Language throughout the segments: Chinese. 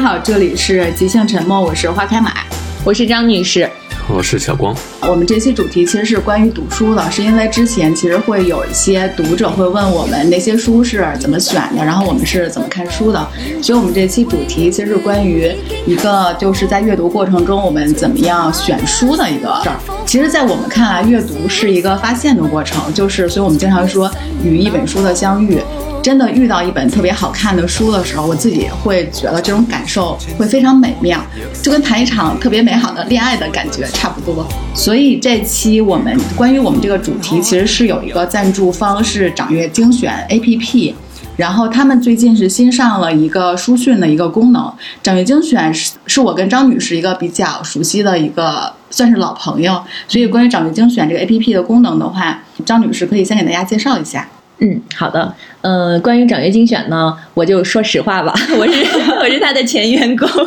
好，这里是即兴沉默，我是花开买， 我是张女士， 我是小光。 我们这期主题其实是关于读书的，是因为之前其实会有一些读者会问我们那些书是怎么选的，然后我们是怎么看书的，所以我们这期主题其实是关于一个就是在阅读过程中我们怎么样选书的一个事儿。其实在我们看来，阅读是一个发现的过程，就是所以我们经常说与一本书的相遇。真的遇到一本特别好看的书的时候，我自己会觉得这种感受会非常美妙，就跟谈一场特别美好的恋爱的感觉差不多。所以这期我们关于我们这个主题其实是有一个赞助方是掌阅精选 APP， 然后他们最近是新上了一个书讯的一个功能。掌阅精选是我跟张女士一个比较熟悉的一个算是老朋友，所以关于掌阅精选这个 APP 的功能的话，张女士可以先给大家介绍一下。 好的。关于掌阅精选呢，我就说实话吧，我是他的前员工。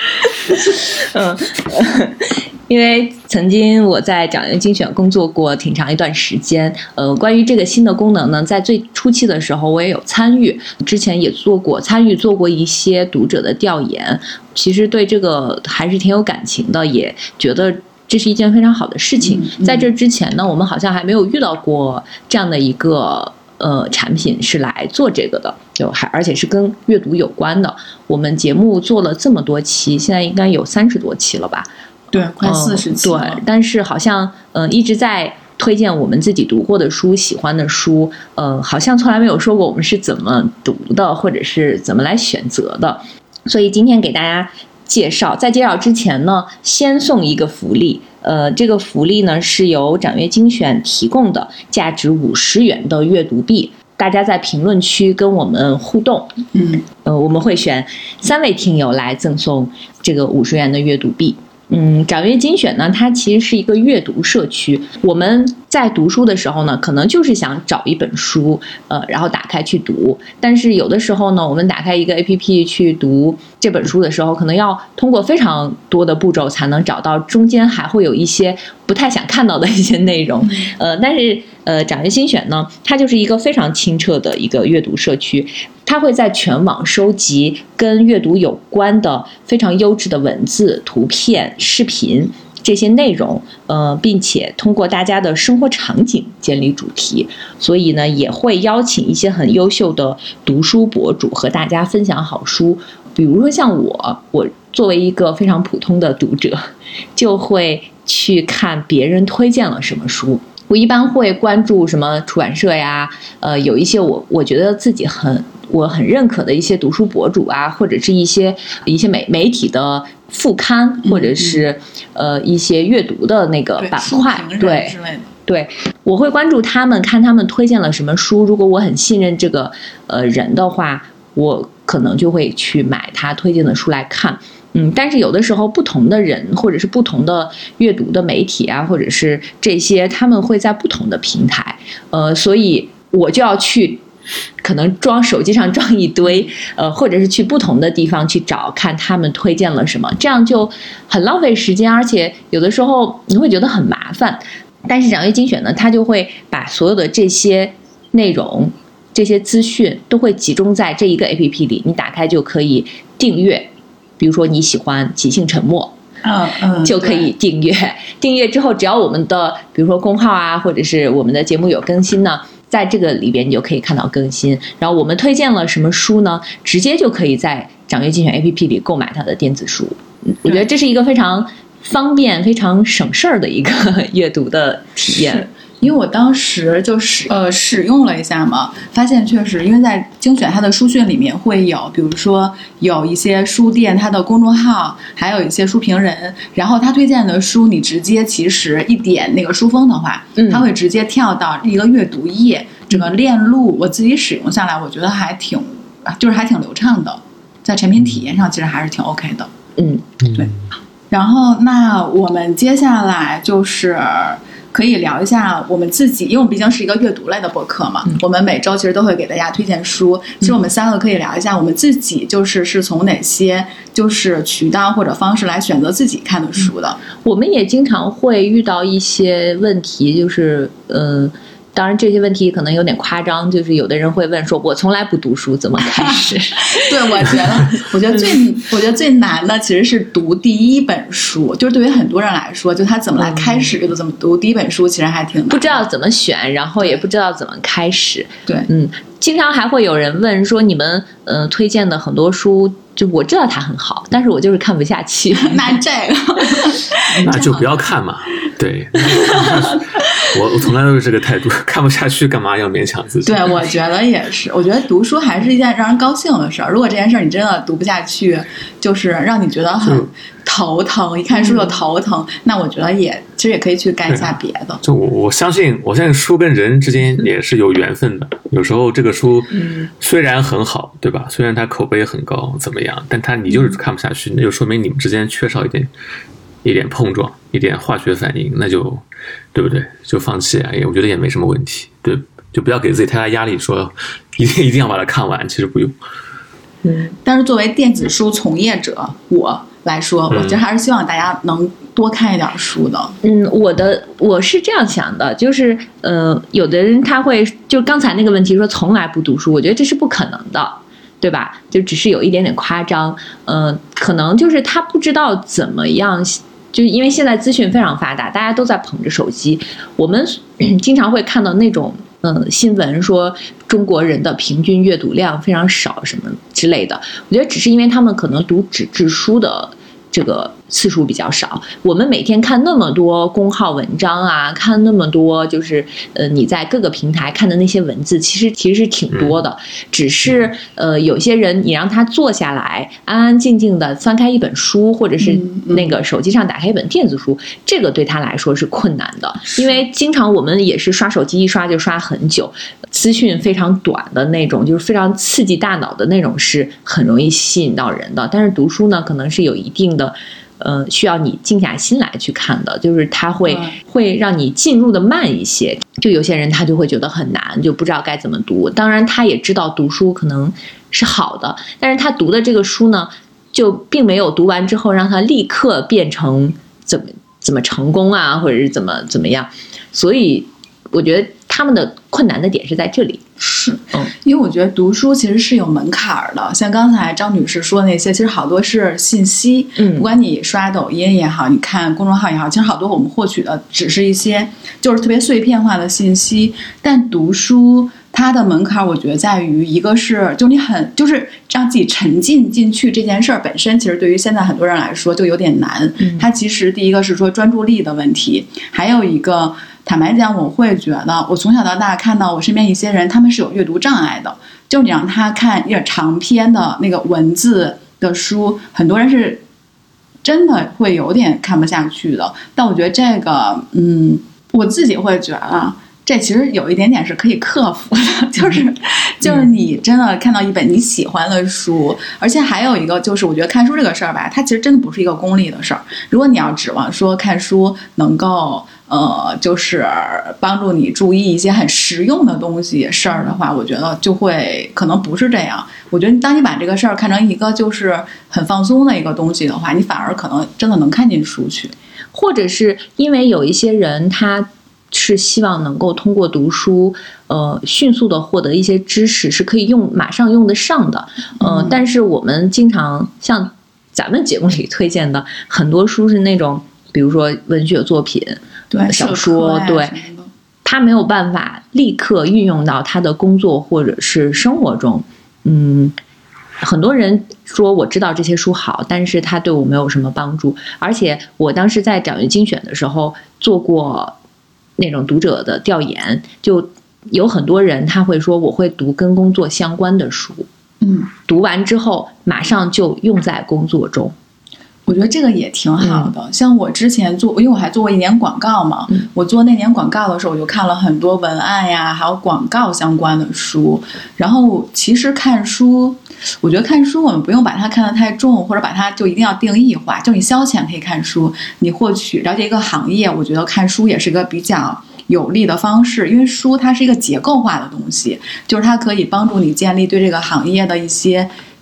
因为曾经我在掌阅精选工作过挺长一段时间。关于这个新的功能呢，在最初期的时候我也有参与，之前也做过一些读者的调研，其实对这个还是挺有感情的，也觉得这是一件非常好的事情。在这之前呢，我们好像还没有遇到过这样的一个产品是来做这个的，而且是跟阅读有关的。我们节目做了这么多期，现在应该有30多期了吧？ 对，快40期了。 对，但是好像一直在推荐我们自己读过的书、喜欢的书，好像从来没有说过我们是怎么读的，或者是怎么来选择的。所以今天给大家介绍，在介绍之前呢，先送一个福利。这个福利呢是由掌阅精选提供的，价值50元的阅读币。大家在评论区跟我们互动，我们会选3位听友来赠送这个50元的阅读币。掌阅精选呢，它其实是一个阅读社区。我们在读书的时候呢，可能就是想找一本书，然后打开去读。但是有的时候呢，我们打开一个 APP 去读这本书的时候，可能要通过非常多的步骤才能找到，中间还会有一些不太想看到的一些内容。但是掌阅精选呢，它就是一个非常清澈的一个阅读社区。它会在全网收集跟阅读有关的非常优质的文字、图片、视频这些内容，并且通过大家的生活场景建立主题，所以呢，也会邀请一些很优秀的读书博主和大家分享好书。比如说像我作为一个非常普通的读者，就会去看别人推荐了什么书。我一般会关注什么出版社呀，有一些我觉得自己我很认可的一些读书博主啊，或者是一些媒体的副刊，或者是一些阅读的那个板块，对之类的。对，我会关注他们，看他们推荐了什么书。如果我很信任这个人的话，我可能就会去买他推荐的书来看。但是有的时候不同的人或者是不同的阅读的媒体啊，或者是这些，他们会在不同的平台，所以我就要去可能手机上装一堆，或者是去不同的地方去找看他们推荐了什么，这样就很浪费时间，而且有的时候你会觉得很麻烦。但是掌阅精选呢，它就会把所有的这些内容、这些资讯都会集中在这一个 APP 里，你打开就可以订阅。比如说你喜欢即兴沉默，就可以订阅。订阅之后，只要我们的比如说公号啊，或者是我们的节目有更新呢，在这个里边你就可以看到更新。然后我们推荐了什么书呢，直接就可以在掌阅精选 APP 里购买它的电子书。我觉得这是一个非常方便、非常省事儿的一个阅读的体验。 因为我当时就使用了一下嘛，发现确实，因为在精选它的书讯里面会有，比如说有一些书店它的公众号，还有一些书评人，然后他推荐的书，你直接其实一点那个书封的话，它会直接跳到一个阅读页，整个链路我自己使用下来，我觉得还挺流畅的，在产品体验上其实还是挺 OK 的。对。然后那我们接下来就是可以聊一下我们自己，因为我们毕竟是一个阅读类的播客嘛，我们每周其实都会给大家推荐书。其实我们3个可以聊一下我们自己是从哪些就是渠道或者方式来选择自己看的书的。 我们也经常会遇到一些问题，就是当然这些问题可能有点夸张，就是有的人会问说我从来不读书怎么开始对，我觉得最难的其实是读第一本书，就是对于很多人来说，就他怎么来开始阅读，怎么读第一本书其实还挺难的， 不知道怎么选，然后也不知道怎么开始。 对， 经常还会有人问说你们推荐的很多书，就我知道它很好，但是我就是看不下去。 那这个那就不要看嘛。对，我从来都是这个态度，看不下去干嘛要勉强自己？ 对，我觉得也是。我觉得读书还是一件让人高兴的事儿。如果这件事儿你真的读不下去，就是让你觉得很头疼，一看书就头疼，那我觉得其实也可以去干一下别的。 就我相信书跟人之间也是有缘分的。有时候这个书虽然很好，对吧？虽然它口碑很高，怎么样？但你就是看不下去，那就说明你们之间缺少一点碰撞，一点化学反应，那就对不对？就放弃啊！我觉得也没什么问题，对，就不要给自己太大压力，说一定要把它看完，其实不用。 但是作为电子书从业者，我来说，我其实还是希望大家能多看一点书的。 我是这样想的，就是有的人他会就刚才那个问题说从来不读书，我觉得这是不可能的。对吧？就只是有一点点夸张，可能就是他不知道怎么样，就因为现在资讯非常发达，大家都在捧着手机，我们经常会看到那种新闻说中国人的平均阅读量非常少什么之类的，我觉得只是因为他们可能读纸质书的这个次数比较少。我们每天看那么多公号文章啊，看那么多就是你在各个平台看的那些文字，其实是挺多的。只是有些人你让他坐下来安安静静的翻开一本书，或者是那个手机上打开一本电子书，这个对他来说是困难的，因为经常我们也是刷手机一刷就刷很久，资讯非常短的那种，就是非常刺激大脑的那种是很容易吸引到人的。但是读书呢，可能是有一定的需要你静下心来去看的，就是它会让你进入的慢一些。就有些人他就会觉得很难，就不知道该怎么读。当然他也知道读书可能是好的，但是他读的这个书呢，就并没有读完之后让他立刻变成怎么成功啊，或者是怎么样。所以我觉得他们的困难的点是在这里。 是，因为我觉得读书其实是有门槛的，像刚才张女士说的那些，其实好多是信息，不管你刷抖音也好，你看公众号也好，其实好多我们获取的只是一些就是特别碎片化的信息，但读书它的门槛我觉得在于一个是就你就是让自己沉浸进去这件事儿本身，其实对于现在很多人来说就有点难。它其实第一个是说专注力的问题，还有一个坦白讲，我会觉得我从小到大看到我身边一些人，他们是有阅读障碍的，就你让他看一点长篇的那个文字的书，很多人是真的会有点看不下去的。但我觉得这个我自己会觉得这其实有一点点是可以克服的，就是你真的看到一本你喜欢的书，而且还有一个就是我觉得看书这个事儿吧，它其实真的不是一个功利的事儿。如果你要指望说看书能够就是帮助你注意一些很实用的东西事儿的话，我觉得就会可能不是这样。我觉得当你把这个事儿看成一个就是很放松的一个东西的话，你反而可能真的能看进书去。 或者是因为有一些人他是希望能够通过读书迅速的获得一些知识，是可以马上用得上的。但是我们经常像咱们节目里推荐的很多书是那种比如说文学作品， 对， 小说，对，他没有办法立刻运用到他的工作或者是生活中。很多人说我知道这些书好，但是他对我没有什么帮助。而且我当时在掌阅精选的时候做过那种读者的调研，就有很多人他会说我会读跟工作相关的书，读完之后马上就用在工作中。 我觉得这个也挺好的。像我之前因为我还做过1年广告嘛，我做那年广告的时候，我就看了很多文案呀，还有广告相关的书。然后其实看书，我觉得看书我们不用把它看得太重，或者把它就一定要定义化。就你消遣可以看书，你获取了解一个行业，我觉得看书也是一个比较有利的方式，因为书它是一个结构化的东西，就是它可以帮助你建立对这个行业的一些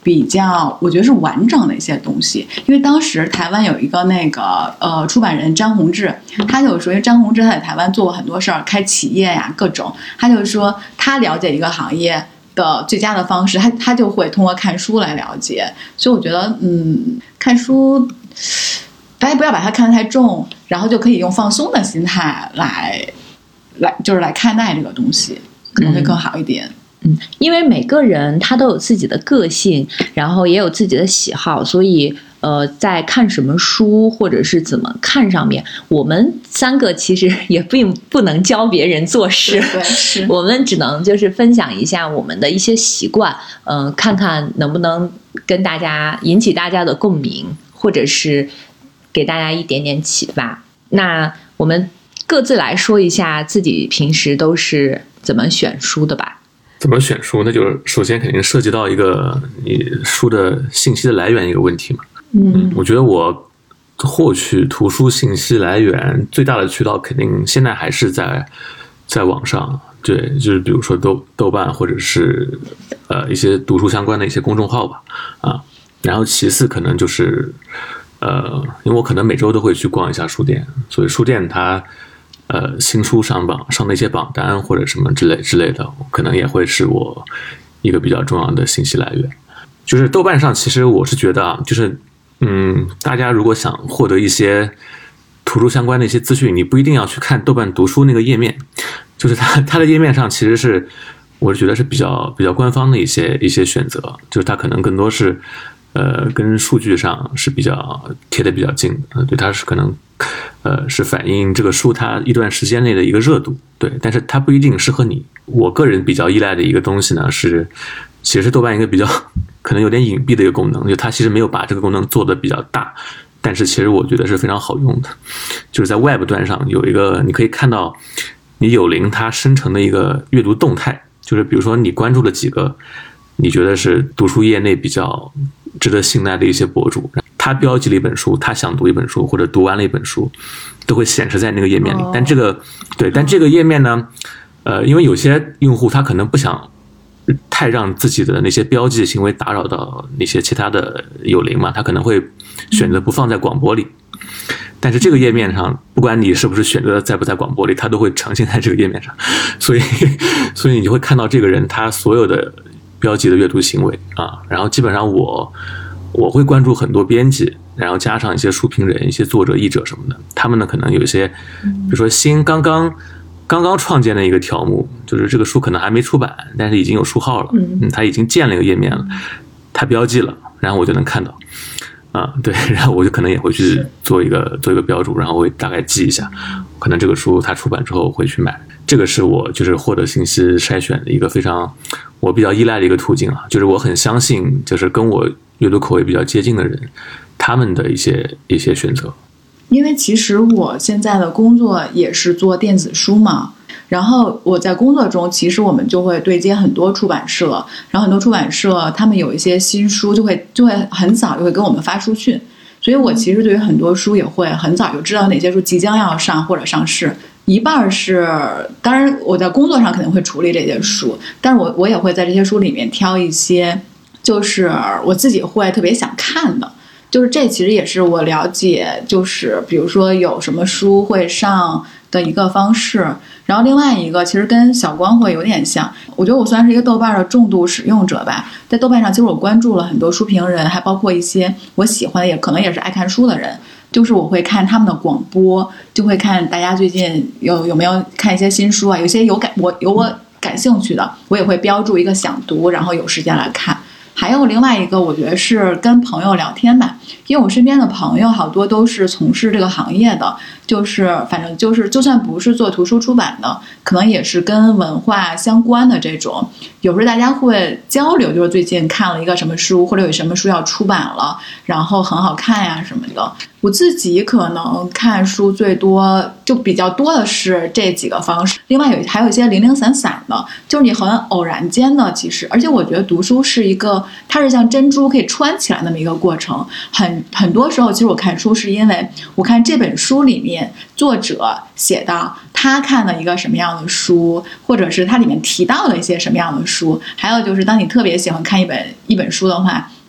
比较我觉得是完整的一些东西。因为当时台湾有一个那个出版人张宏志，他就说，因为张宏志他在台湾做过很多事儿，开企业呀各种，他就说他了解一个行业的最佳的方式，他就会通过看书来了解。所以我觉得看书大家不要把它看得太重，然后就可以用放松的心态来就是来看待这个东西，可能会更好一点。 因为每个人他都有自己的个性，然后也有自己的喜好，所以在看什么书或者是怎么看上面，我们三个其实也并不能教别人做事， 对，是我们只能就是分享一下我们的一些习惯，看看能不能跟大家引起大家的共鸣，或者是给大家一点点启发。那我们各自来说一下自己平时都是怎么选书的吧。 怎么选书？那就是首先肯定涉及到一个你书的信息的来源一个问题嘛。我觉得我获取图书信息来源最大的渠道肯定现在还是在网上，对，就是比如说豆瓣或者是一些读书相关的一些公众号吧，然后其次可能就是因为我可能每周都会去逛一下书店，所以书店它新书上的一些榜单或者什么之类的，可能也会是我一个比较重要的信息来源。就是豆瓣上，其实我是觉得就是大家如果想获得一些图书相关的一些资讯，你不一定要去看豆瓣读书那个页面，就是它的页面上其实我是觉得是比较官方的一些选择，就是它可能更多是跟数据上是比较贴得比较近的，对，它是可能是反映这个书它一段时间内的一个热度，对，但是它不一定适合你。我个人比较依赖的一个东西呢是，其实是豆瓣一个比较可能有点隐蔽的一个功能，就它其实没有把这个功能做得比较大，但是其实我觉得是非常好用的，就是在 Web 端上有一个你可以看到你有灵它生成的一个阅读动态，就是比如说你关注了几个你觉得是读书业内比较值得信赖的一些博主，他标记了一本书，他想读一本书或者读完了一本书，都会显示在那个页面里。但这个页面呢，因为有些用户他可能不想太让自己的那些标记行为打扰到那些其他的有灵嘛，他可能会选择不放在广播里。但是这个页面上，不管你是不是选择在不在广播里，它都会呈现在这个页面上，所以你就会看到这个人他所有的标记的阅读行为啊。然后基本上我会关注很多编辑，然后加上一些书评人、一些作者、译者什么的，他们呢可能有一些，比如说刚刚创建的一个条目，就是这个书可能还没出版，但是已经有书号了，他已经建了一个页面了，他标记了，然后我就能看到。对，然后我就可能也会去做一个标注，然后我会大概记一下，可能这个书它出版之后会去买。这个是我就是获得信息筛选的一个非常我比较依赖的一个途径啊，就是我很相信就是跟我阅读口味比较接近的人，他们的一些选择。 因为其实我现在的工作也是做电子书嘛，然后我在工作中其实我们就会对接很多出版社，然后很多出版社他们有一些新书就会很早就会跟我们发书讯，所以我其实对于很多书也会很早就知道哪些书即将要上或者上市。一半是当然我在工作上肯定会处理这些书，但是我也会在这些书里面挑一些就是我自己会特别想看的，就是这其实也是我了解就是比如说有什么书会上的一个方式。然后另外一个其实跟小光会有点像，我觉得我算是一个豆瓣的重度使用者吧，在豆瓣上其实我关注了很多书评人，还包括一些我喜欢的也可能也是爱看书的人，就是我会看他们的广播，就会看大家最近有没有看一些新书啊，有些我感兴趣的我也会标注一个想读，然后有时间来看。还有另外一个我觉得是跟朋友聊天吧，因为我身边的朋友好多都是从事这个行业的，就是反正就是就算不是做图书出版的，可能也是跟文化相关的这种，有时候大家会交流，就是最近看了一个什么书，或者有什么书要出版了，然后很好看呀什么的。我自己可能看书最多就比较多的是这几个方式，另外还有一些零零散散的，就是你很偶然间的其实，而且我觉得读书是一个它是像珍珠可以穿起来那么一个过程，很多时候其实我看书是因为我看这本书里面作者写到他看了一个什么样的书，或者是他里面提到了一些什么样的书，还有就是当你特别喜欢看一本书的话，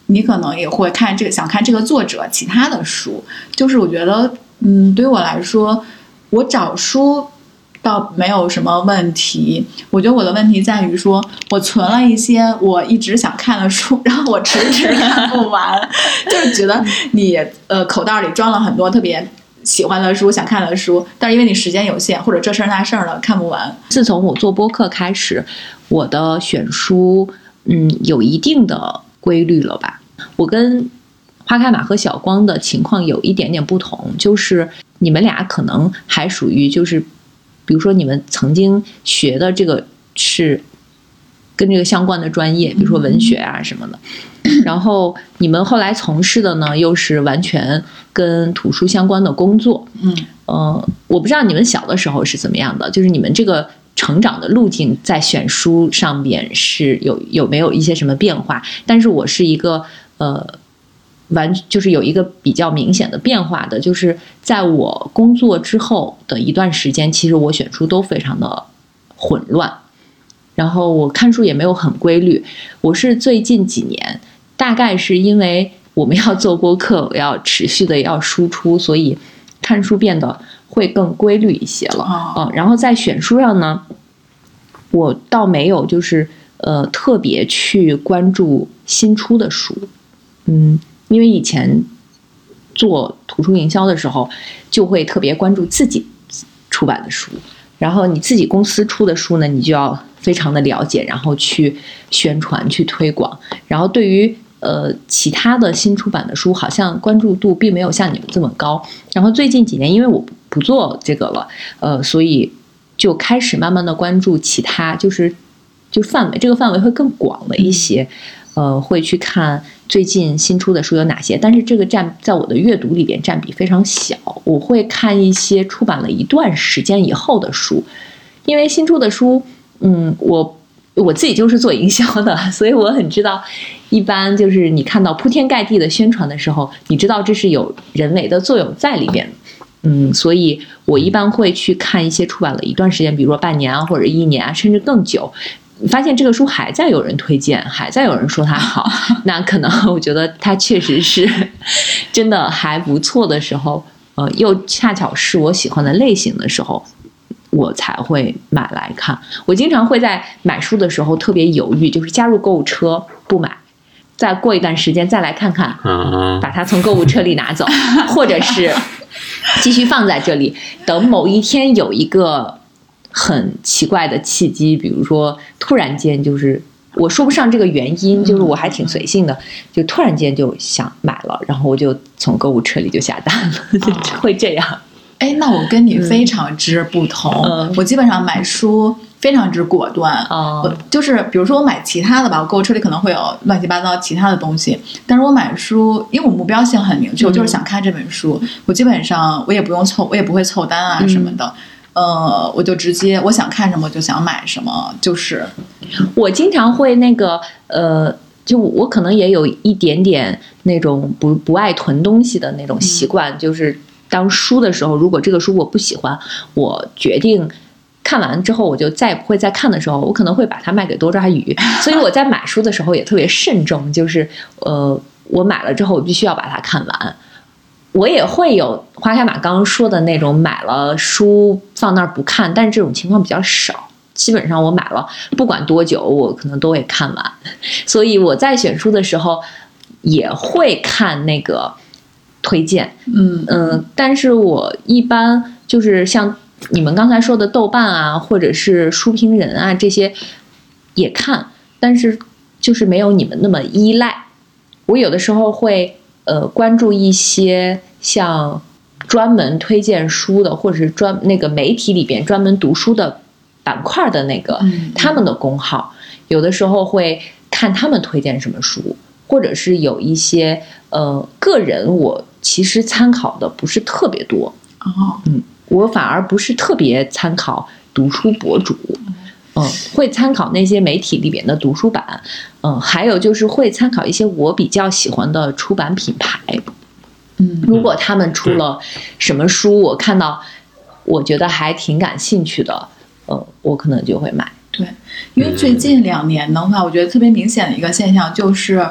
你可能也会看想看这个作者其他的书。就是我觉得，对于我来说，我找书倒没有什么问题。我觉得我的问题在于说，我存了一些我一直想看的书，然后我迟迟看不完，就是觉得你口袋里装了很多特别喜欢的书、想看的书，但是因为你时间有限，或者这事儿那事儿的看不完。 自从我做播客开始，我的选书有一定的规律了吧。我跟花开马和小光的情况有一点点不同，就是你们俩可能还属于就是比如说你们曾经学的这个是跟这个相关的专业，比如说文学啊什么的，然后你们后来从事的呢又是完全跟图书相关的工作。我不知道你们小的时候是怎么样的，就是你们这个成长的路径在选书上边是有没有一些什么变化？但是我是一个就是有一个比较明显的变化的，就是在我工作之后的一段时间，其实我选书都非常的混乱，然后我看书也没有很规律。我是最近几年，大概是因为我们要做播客，我要持续的要输出，所以看书变得会更规律一些了。然后在选书上呢，我倒没有就是特别去关注新出的书。因为以前做图书营销的时候，就会特别关注自己出版的书，然后你自己公司出的书呢，你就要非常的了解，然后去宣传、去推广。然后对于其他的新出版的书，好像关注度并没有像你们这么高。然后最近几年，因为我不做这个了，所以就开始慢慢的关注其他，就这个范围会更广了一些。会去看最近新出的书有哪些，但是这个在我的阅读里边占比非常小。我会看一些出版了一段时间以后的书，因为新出的书，我自己就是做营销的，所以我很知道，一般就是你看到铺天盖地的宣传的时候，你知道这是有人为的作用在里边。所以我一般会去看一些出版了一段时间，比如说半年啊，或者1年啊，甚至更久。你发现这个书还在有人推荐，还在有人说它好，那可能我觉得它确实是真的还不错的时候，又恰巧是我喜欢的类型的时候，我才会买来看。我经常会在买书的时候特别犹豫，就是加入购物车不买，再过一段时间再来看看，把它从购物车里拿走，或者是继续放在这里，等某一天有一个很奇怪的契机，比如说突然间就是我说不上这个原因，就是我还挺随性的，就突然间就想买了，然后我就从购物车里就下单了，就会这样。 那我跟你非常之不同。我基本上买书非常之果断。我就是比如说我买其他的吧，我购物车里可能会有乱七八糟其他的东西，但是我买书，因为我目标性很明确，我就是想看这本书，我基本上我也不会凑单啊什么的。我就直接我想看什么就想买什么，就是我经常会那个就我可能也有一点点那种不爱囤东西的那种习惯，就是当书的时候，如果这个书我不喜欢，我决定看完之后我就再也不会再看的时候，我可能会把它卖给多抓鱼。所以我在买书的时候也特别慎重，就是我买了之后我必须要把它看完。我也会有花开马刚刚说的那种买了书放那儿不看，但是这种情况比较少，基本上我买了不管多久我可能都会看完。所以我在选书的时候也会看那个推荐。但是我一般就是像你们刚才说的豆瓣啊，或者是书评人啊，这些也看，但是就是没有你们那么依赖。我有的时候会关注一些像专门推荐书的，或者是那个媒体里边专门读书的板块的那个他们的公号，有的时候会看他们推荐什么书，或者是有一些个人我其实参考的不是特别多。我反而不是特别参考读书博主。会参考那些媒体里边的读书版。还有就是会参考一些我比较喜欢的出版品牌。如果他们出了什么书，我看到我觉得还挺感兴趣的，我可能就会买。 对，因为最近2年的话，我觉得特别明显的一个现象就是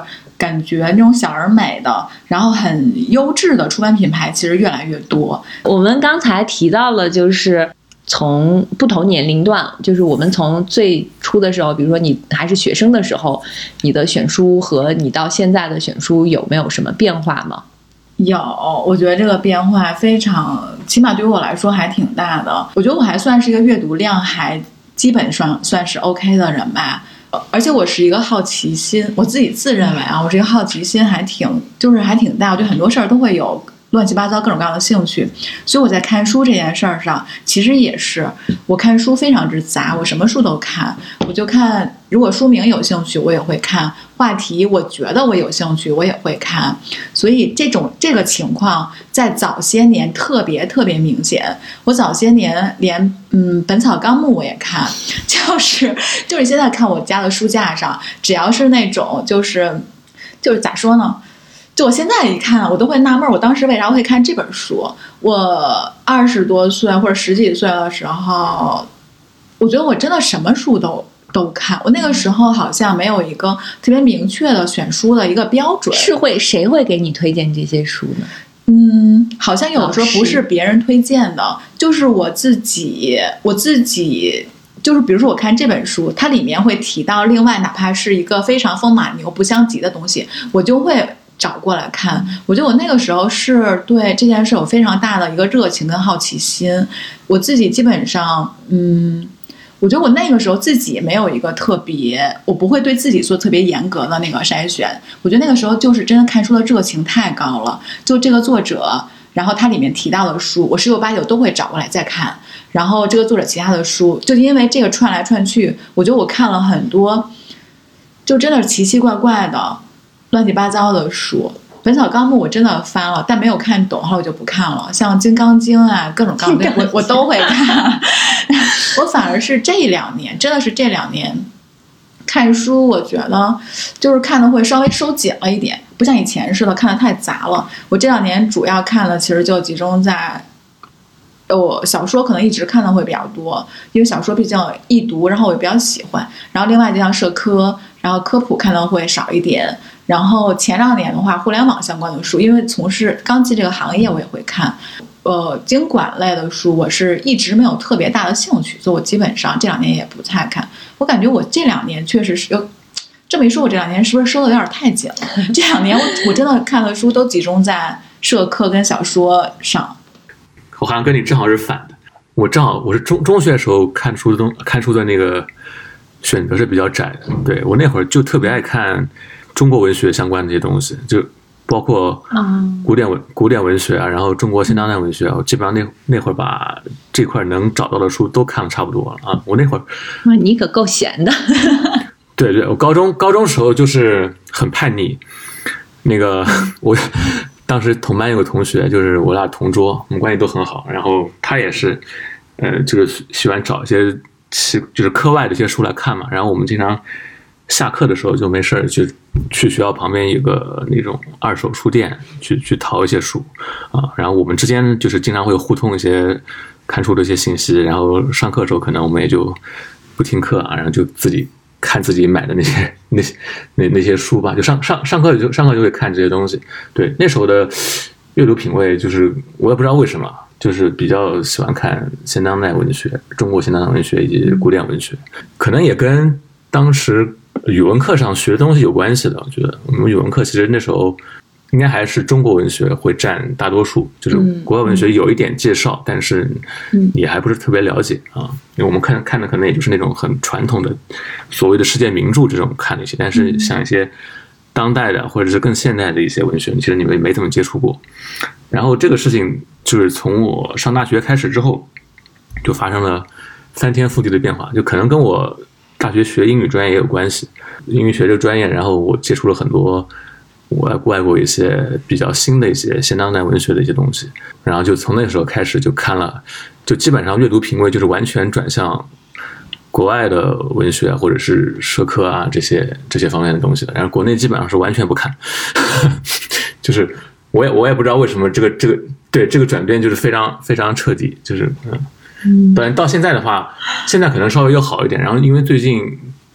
感觉那种小而美的，然后很优质的出版品牌其实越来越多。 我们刚才提到了，就是从不同年龄段，就是我们从最初的时候，比如说你还是学生的时候，你的选书和你到现在的选书有没有什么变化吗？ 有，我觉得这个变化非常，起码对于我来说还挺大的。我觉得我还算是一个阅读量还基本上算是 OK 的人吧。而且我是一个好奇心，我自己自认为啊，我这个好奇心还挺大，我对很多事儿都会有乱七八糟各种各样的兴趣，所以我在看书这件事儿上，其实也是我看书非常之杂，我什么书都看，我就看，如果书名有兴趣我也会看，话题我觉得我有兴趣我也会看，所以这个情况在早些年特别明显。我早些年连本草纲目我也看，就是现在看我家的书架上，只要是那种就是咋说呢？就我现在一看，我都会纳闷，我当时为啥会看这本书？我20多岁或者10几岁的时候，我觉得我真的什么书都看。我那个时候好像没有一个特别明确的选书的一个标准。 谁会给你推荐这些书呢？ 好像有的时候不是别人推荐的，就是我自己。就是比如说我看这本书，它里面会提到另外哪怕是一个非常风马牛不相及的东西，我就会找过来看。我觉得我那个时候是对这件事有非常大的一个热情跟好奇心。我自己基本上我觉得我那个时候自己没有一个特别，我不会对自己做特别严格的那个筛选。我觉得那个时候就是真的看书的热情太高了，就这个作者，然后他里面提到的书，我10有8九都会找过来再看。然后这个作者其他的书，就因为这个串来串去，我觉得我看了很多就真的是奇奇怪怪的乱七八糟的书。本草纲目我真的翻了，但没有看懂，后来我就不看了。像金刚经啊，各种各样的我都会看。我反而是这2年，真的是这2年看书，我觉得就是看的会稍微收紧了一点，不像以前似的看的太杂了。我这2年主要看的其实就集中在我小说，可能一直看的会比较多，因为小说毕竟易读，然后我也比较喜欢。然后另外就像社科，然后科普看的会少一点。然后前2年的话，互联网相关的书，因为从事刚进这个行业，我也会看。经管类的书我是一直没有特别大的兴趣，所以我基本上这2年也不太看。我感觉我这2年确实是这么一说，我这2年是不是收的有点太紧了？这2年我真的看的书都集中在社科跟小说上。 我好像跟你正好是反的，我是中学的时候看书的那个选择是比较窄的。对，我那会儿就特别爱看中国文学相关的这些东西，就包括古典文学啊，然后中国现当代文学啊，我基本上那会儿把这块能找到的书都看了差不多了啊。我那会儿， 你可够闲的。 对，我高中时候就是很叛逆，那个我当时同班有个同学，就是我俩同桌，我们关系都很好，然后他也是就是喜欢找一些就是课外的一些书来看嘛，然后我们经常下课的时候就没事去学校旁边有个那种二手书店去淘一些书啊，然后我们之间就是经常会互通一些看书的一些信息，然后上课的时候可能我们也就不听课啊，然后就自己看自己买的那些书吧，就上课就会看这些东西。对，那时候的阅读品味就是我也不知道为什么，就是比较喜欢看现当代文学、中国现当代文学以及古典文学，可能也跟当时语文课上学的东西有关系的。我觉得我们语文课其实那时候应该还是中国文学会占大多数，就是国外文学有一点介绍，但是也还不是特别了解啊。因为我们看的可能也就是那种很传统的所谓的世界名著这种看了一些，但是像一些当代的或者是更现代的一些文学，其实你们没怎么接触过。然后这个事情就是从我上大学开始之后，就发生了翻天覆地的变化，就可能跟我大学学英语专业也有关系。英语学这个专业，然后我接触了很多外国一些比较新的一些现当代文学的一些东西，然后就从那个时候开始就看了，就基本上阅读品味就是完全转向国外的文学或者是社科啊这些方面的东西的，然后国内基本上是完全不看。就是我也不知道为什么这个转变就是非常非常彻底，就是到现在的话，现在可能稍微又好一点，然后因为最近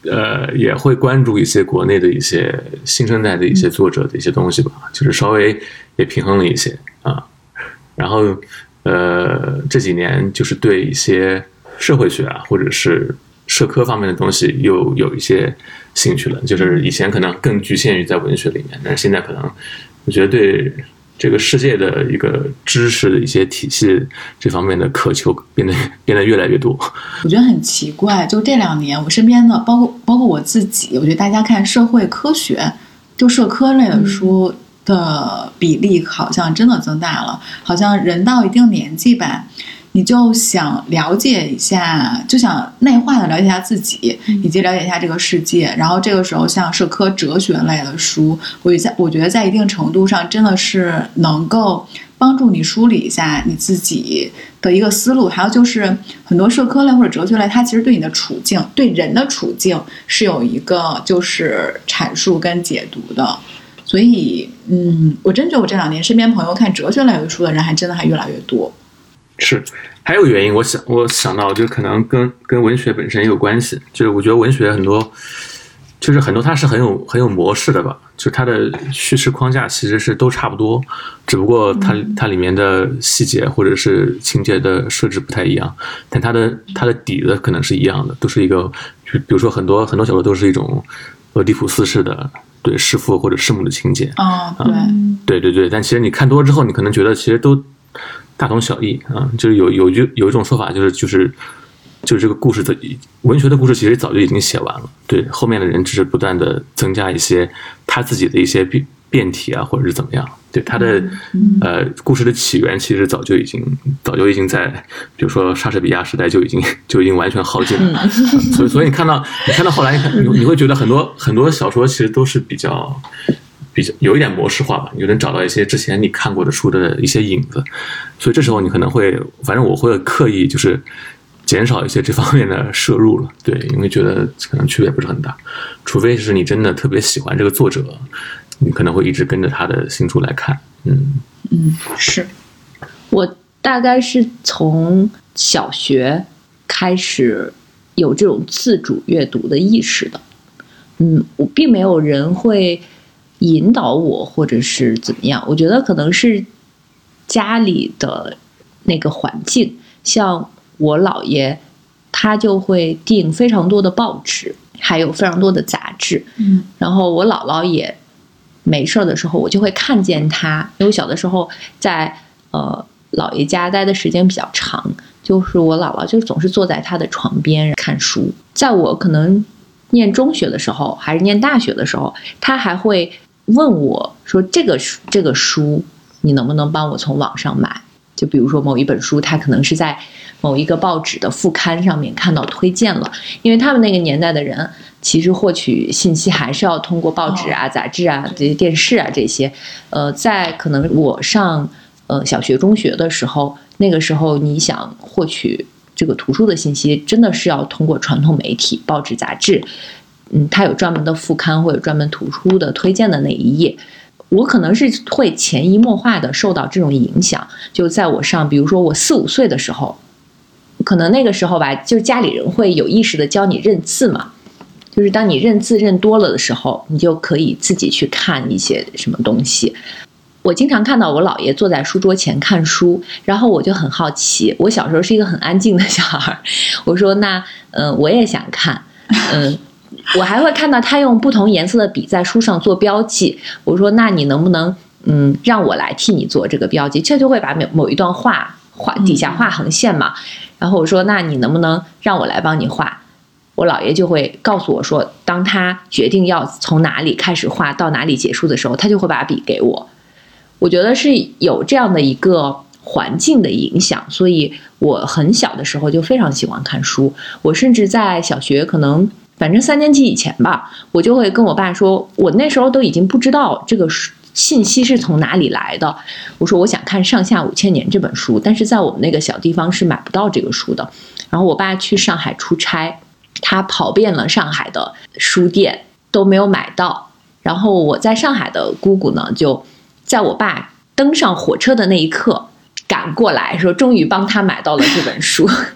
也会关注一些国内的一些新生代的一些作者的一些东西吧，就是稍微也平衡了一些啊。然后这几年就是对一些社会学啊或者是社科方面的东西又有一些兴趣了，就是以前可能更局限于在文学里面，但是现在可能我觉得对这个世界的一个知识的一些体系这方面的渴求变得越来越多。 我觉得很奇怪，就这2年我身边的包括我自己，我觉得大家看社会科学就社科类的书的比例好像真的增大了，好像人到一定年纪吧，你就想了解一下，就想内化的了解一下自己，以及了解一下这个世界。然后这个时候像社科哲学类的书，我觉得在一定程度上真的是能够帮助你梳理一下你自己的一个思路。还有就是很多社科类或者哲学类，它其实对你的处境，对人的处境是有一个就是阐述跟解读的。所以我真觉得我这2年身边朋友看哲学类的书的人还真的还越来越多。 是，还有原因，我想到就可能跟文学本身也有关系，就是我觉得文学很多它是很有模式的吧，就是它的叙事框架其实是都差不多，只不过它里面的细节或者是情节的设置不太一样，但它的底子可能是一样的，都是一个，比如说很多小说都是一种俄狄浦斯式的对弑父或者弑母的情节对，但其实你看多了之后，你可能觉得其实都大同小异啊，就是有一种说法，就是这个故事的文学的故事其实早就已经写完了，对，后面的人只是不断的增加一些他自己的一些变体啊，或者是怎么样，对他的故事的起源其实早就已经在比如说莎士比亚时代就已经完全耗尽了，所以你看到后来你会觉得很多小说其实都是比较有一点模式化吧，你就能找到一些之前你看过的书的一些影子，所以这时候你可能会，反正我会刻意就是减少一些这方面的摄入了，对，因为觉得可能区别不是很大，除非是你真的特别喜欢这个作者，你可能会一直跟着他的新书来看。 是我大概是从小学开始有这种自主阅读的意识的，我并没有人会引导我或者是怎么样，我觉得可能是家里的那个环境，像我姥爷他就会订非常多的报纸，还有非常多的杂志，然后我姥姥也没事的时候我就会看见他，因为我小的时候在姥爷家待的时间比较长，就是我姥姥就总是坐在他的床边看书，在我可能念中学的时候还是念大学的时候，他还会问我说这个书你能不能帮我从网上买，就比如说某一本书他可能是在某一个报纸的副刊上面看到推荐了，因为他们那个年代的人其实获取信息还是要通过报纸啊、杂志啊、这些电视啊这些，在可能我上小学中学的时候，那个时候你想获取这个图书的信息真的是要通过传统媒体报纸杂志，它有专门的副刊或者专门图书的推荐的那一页，我可能是会潜移默化的受到这种影响，就在我上比如说我4、5岁的时候，可能那个时候吧，就家里人会有意识的教你认字嘛，就是当你认字认多了的时候，你就可以自己去看一些什么东西。我经常看到我姥爷坐在书桌前看书，然后我就很好奇，我小时候是一个很安静的小孩，我说那我也想看，我还会看到他用不同颜色的笔在书上做标记，我说那你能不能让我来替你做这个标记，这就会把某一段画底下画横线嘛，然后我说那你能不能让我来帮你画，我姥爷就会告诉我说当他决定要从哪里开始画到哪里结束的时候，他就会把笔给我。我觉得是有这样的一个环境的影响，所以我很小的时候就非常喜欢看书，我甚至在小学可能反正3年级以前吧，我就会跟我爸说，我那时候都已经不知道这个信息是从哪里来的，我说我想看《上下五千年》这本书，但是在我们那个小地方是买不到这个书的，然后我爸去上海出差，他跑遍了上海的书店都没有买到，然后我在上海的姑姑呢，就在我爸登上火车的那一刻赶过来说终于帮他买到了这本书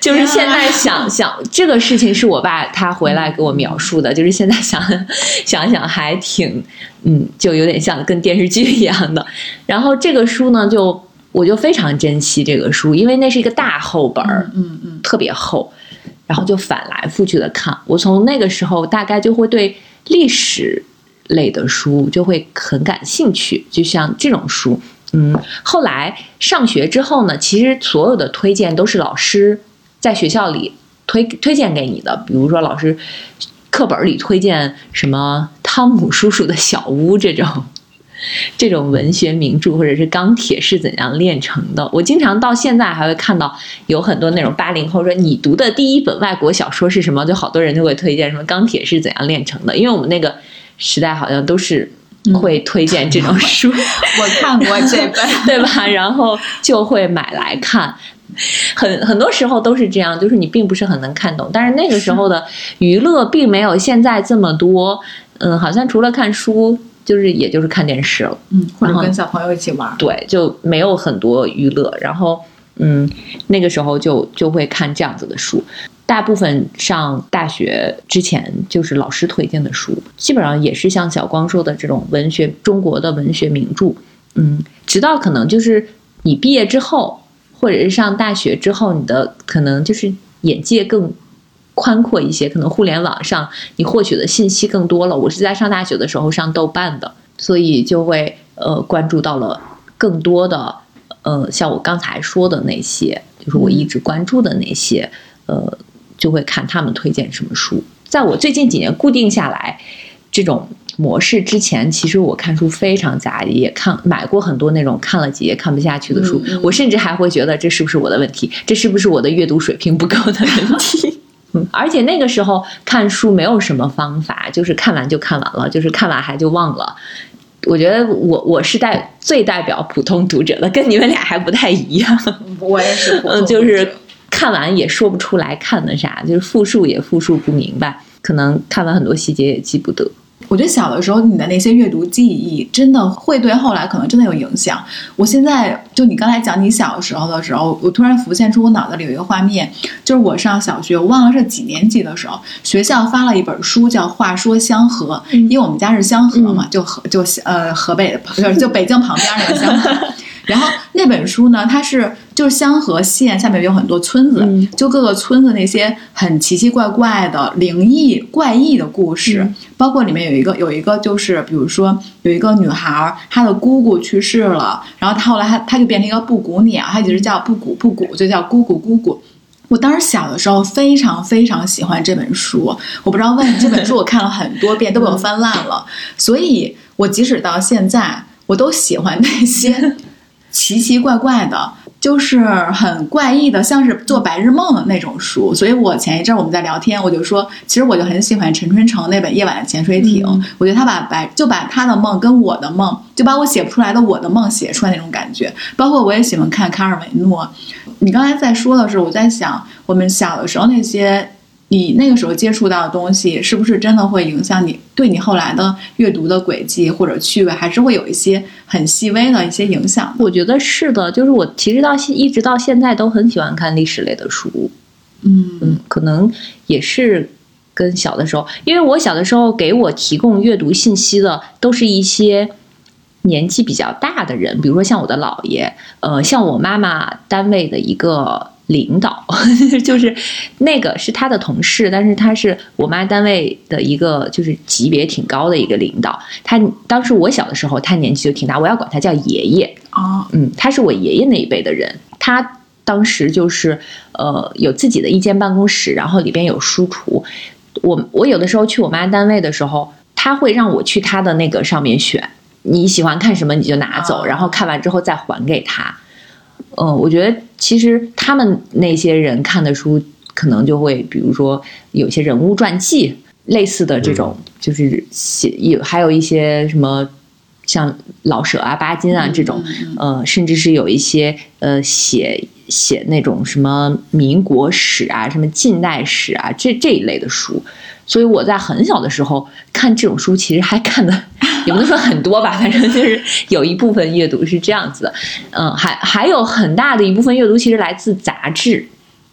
就是现在想这个事情是我爸他回来给我描述的，就是现在想还挺就有点像跟电视剧一样的。然后这个书呢，我就非常珍惜这个书，因为那是一个大厚本儿，特别厚，然后就反来覆去的看。我从那个时候大概就会对历史类的书就会很感兴趣，就像这种书。后来上学之后呢，其实所有的推荐都是老师在学校里推荐给你的，比如说老师课本里推荐什么汤姆叔叔的小屋这种文学名著，或者是钢铁是怎样炼成的。我经常到现在还会看到有很多那种80后说你读的第一本外国小说是什么，就好多人就会推荐什么钢铁是怎样炼成的，因为我们那个时代好像都是会推荐这种书， 我看过这本， 对吧？然后就会买来看。很多时候都是这样，就是你并不是很能看懂，但是那个时候的娱乐并没有现在这么多，好像除了看书，也就是看电视了， 或者跟小朋友一起玩， 对，就没有很多娱乐。然后，那个时候就会看这样子的书。大部分上大学之前就是老师推荐的书，基本上也是像小光说的这种中国的文学名著。直到可能就是你毕业之后，或者是上大学之后，你的可能就是眼界更宽阔一些，可能互联网上你获取的信息更多了。我是在上大学的时候上豆瓣的，所以就会关注到了更多的像我刚才说的那些，就是我一直关注的那些就会看他们推荐什么书。在我最近几年固定下来这种模式之前，其实我看书非常杂，也买过很多那种看了几页看不下去的书，我甚至还会觉得这是不是我的问题，这是不是我的阅读水平不够的问题。而且那个时候看书没有什么方法，就是看完就看完了，就是看完还就忘了。我觉得我是最代表普通读者的，跟你们俩还不太一样。 我也是普通读者， 就是看完也说不出来看的啥，就是复述也复述不明白，可能看完很多细节也记不得。 我觉得小的时候你的那些阅读记忆真的会对后来可能真的有影响。我现在就你刚才讲你小时候的时候，我突然浮现出我脑子里有一个画面，就是我上小学，我忘了是几年级的时候，学校发了一本书叫《话说香河》，因为我们家是香河嘛，就河北的，就北京旁边那个香河。然后那本书呢，它就是香河县下面有很多村子，就各个村子那些很奇奇怪怪的灵异怪异的故事，包括里面有一个就是比如说有一个女孩，她的姑姑去世了，然后她后来她就变成一个布谷鸟，她一直叫布谷，就叫姑姑。我当时小的时候非常非常喜欢这本书，我不知道为什么这本书我看了很多遍都被我翻烂了，所以我即使到现在我都喜欢那些奇奇怪怪的，就是很怪异的，像是做白日梦的那种书。所以我前一阵我们在聊天，我就说其实我就很喜欢陈春成那本《夜晚的潜水艇》，我觉得他把他的梦跟我的梦，就把我写不出来的我的梦写出来那种感觉。包括我也喜欢看卡尔维诺。你刚才在说的时候，我在想我们小的时候那些你那个时候接触到的东西，是不是真的会影响你对你后来的阅读的轨迹或者趣味，还是会有一些很细微的一些影响？ 我觉得是的，就是我其实一直到现在都很喜欢看历史类的书。可能也是跟小的时候，因为我小的时候给我提供阅读信息的都是一些年纪比较大的人，比如说像我的姥爷，像我妈妈单位的一个领导，就是那个是他的同事，但是他是我妈单位的一个就是级别挺高的一个领导。他当时我小的时候，他年纪就挺大，我要管他叫爷爷。他是我爷爷那一辈的人。他当时就是有自己的一间办公室，然后里边有书橱。我有的时候去我妈单位的时候，他会让我去他的那个上面选，你喜欢看什么你就拿走，然后看完之后再还给他。我觉得其实他们那些人看的书可能就会比如说有些人物传记类似的这种，就是还有一些什么像老舍啊巴金啊这种，甚至是有一些写那种什么民国史啊什么近代史啊这一类的书。所以我在很小的时候看这种书，其实还看的也不能说很多吧，反正就是有一部分阅读是这样子的。还有很大的一部分阅读其实来自杂志，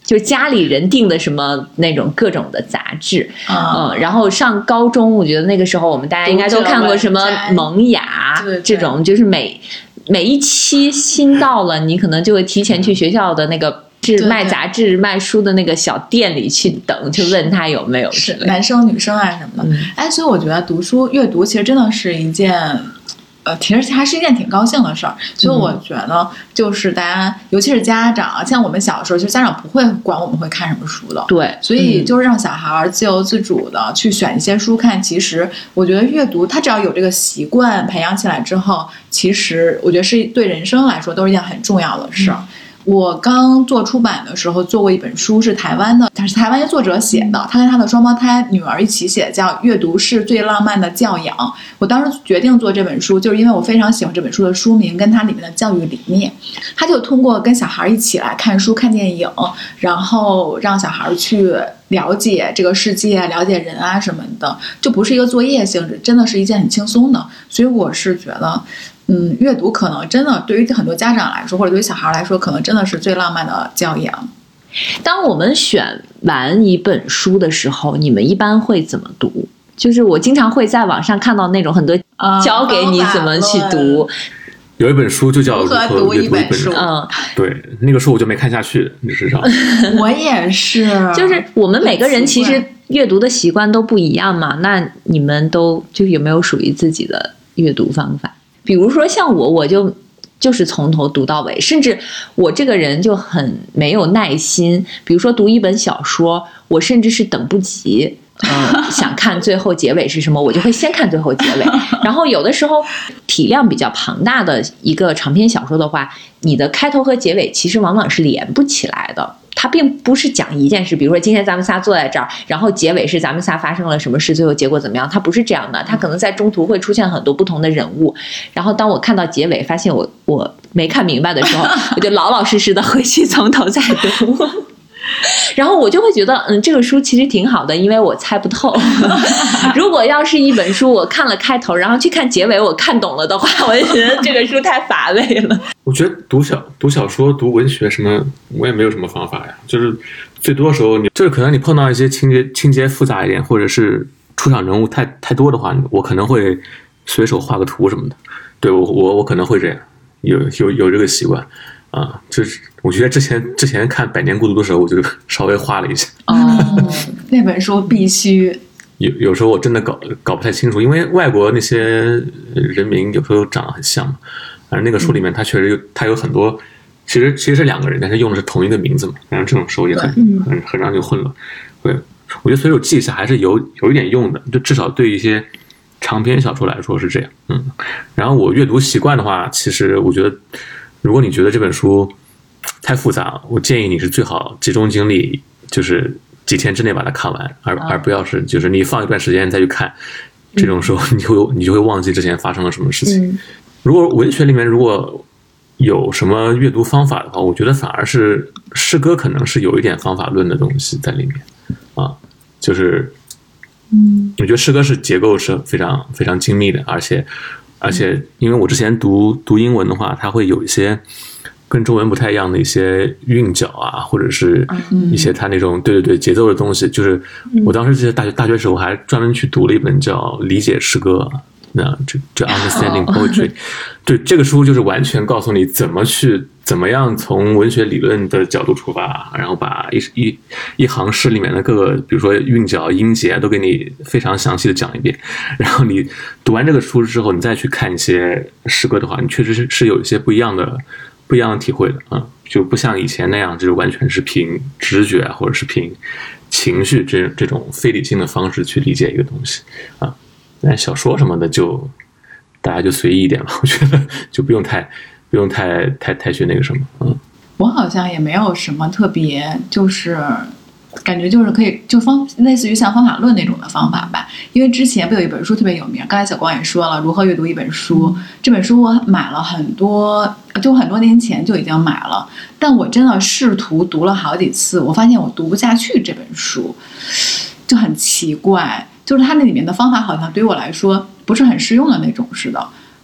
就是家里人订的什么那种各种的杂志，然后上高中，我觉得那个时候我们大家应该都看过什么《萌芽》这种，就是每一期新到了，你可能就会提前去学校的那个是卖杂志卖书的那个小店里去等，去问他有没有是男生女生啊什么的。所以我觉得阅读其实真的是一件。其实还是一件挺高兴的事儿，所以我觉得就是大家，尤其是家长，像我们小的时候，其实家长不会管我们会看什么书的， 对， 所以就是让小孩自由自主的去选一些书看。其实我觉得阅读，他只要有这个习惯培养起来之后，其实我觉得是对人生来说都是一件很重要的事儿。我刚做出版的时候做过一本书，是台湾的，他是台湾一个作者写的，他跟他的双胞胎女儿一起写，叫《阅读是最浪漫的教养》。我当时决定做这本书，就是因为我非常喜欢这本书的书名跟它里面的教育理念。他就通过跟小孩一起来看书看电影，然后让小孩去了解这个世界，了解人啊什么的，就不是一个作业性质，真的是一件很轻松的。所以我是觉得阅读可能真的对于很多家长来说，或者对于小孩来说，可能真的是最浪漫的教养。 当我们选完一本书的时候，你们一般会怎么读？就是我经常会在网上看到那种很多教给你怎么去读。 有一本书就叫《如何读阅读一本书》，对，那个书我就没看下去，你知道？ 我也是， 就是我们每个人其实阅读的习惯都不一样嘛。那你们都就是有没有属于自己的阅读方法？比如说像我就是从头读到尾，甚至我这个人就很没有耐心。比如说读一本小说，我甚至是等不及，想看最后结尾是什么，我就会先看最后结尾。然后有的时候体量比较庞大的一个长篇小说的话，你的开头和结尾其实往往是连不起来的。它并不是讲一件事，比如说今天咱们仨坐在这儿，然后结尾是咱们仨发生了什么事，最后结果怎么样，它不是这样的。它可能在中途会出现很多不同的人物，然后当我看到结尾发现我没看明白的时候，我就老老实实的回去从头再读。然后我就会觉得这个书其实挺好的，因为我猜不透。如果要是一本书我看了开头然后去看结尾我看懂了的话，我就觉得这个书太乏味了。 我觉得读小说读文学什么我也没有什么方法呀，就是最多的时候就是可能你碰到一些情节复杂一点，或者是出场人物太多的话，我可能会随手画个图什么的。对，我可能会这样，有这个习惯啊。就是我觉得之前看《百年孤独》的时候，我就稍微画了一下。 那本书必须。 有时候我真的搞不太清楚，因为外国那些人名有时候长得很像嘛。反正那个书里面它确实它有很多，其实是两个人，但是用的是同一个名字嘛。反正这种时候也很让就混了。对，我觉得随手记一下还是有一点用的，就至少对一些长篇小说来说是这样。然后我阅读习惯的话，其实我觉得，如果你觉得这本书太复杂，我建议你是最好集中精力，就是几天之内把它看完，而不要是就是你放一段时间再去看，这种时候你就会忘记之前发生了什么事情。如果文学里面如果有什么阅读方法的话，我觉得反而是诗歌可能是有一点方法论的东西在里面啊，就是我觉得诗歌是结构是非常非常精密的，而且因为我之前读英文的话，它会有一些跟中文不太一样的一些韵脚啊，或者是一些它那种对节奏的东西。就是我当时记得大学时候还专门去读了一本叫《理解诗歌》，那这 Understanding Poetry， 对，这个书就是完全告诉你怎么样从文学理论的角度出发，然后把一行诗里面的各个比如说韵脚音节都给你非常详细的讲一遍。然后你读完这个书之后，你再去看一些诗歌的话，你确实是有一些不一样的体会的啊，就不像以前那样，就是完全是凭直觉或者是凭情绪这种非理性的方式去理解一个东西啊。但小说什么的就大家就随意一点吧，我觉得就不用太去那个什么。 我好像也没有什么特别，就是感觉就是可以就类似于像方法论那种的方法吧。因为之前不有一本书特别有名，刚才小光也说了，如何阅读一本书。这本书我买了很多，就很多年前就已经买了，但我真的试图读了好几次，我发现我读不下去这本书，就很奇怪，就是它那里面的方法好像对于我来说不是很适用的那种似的。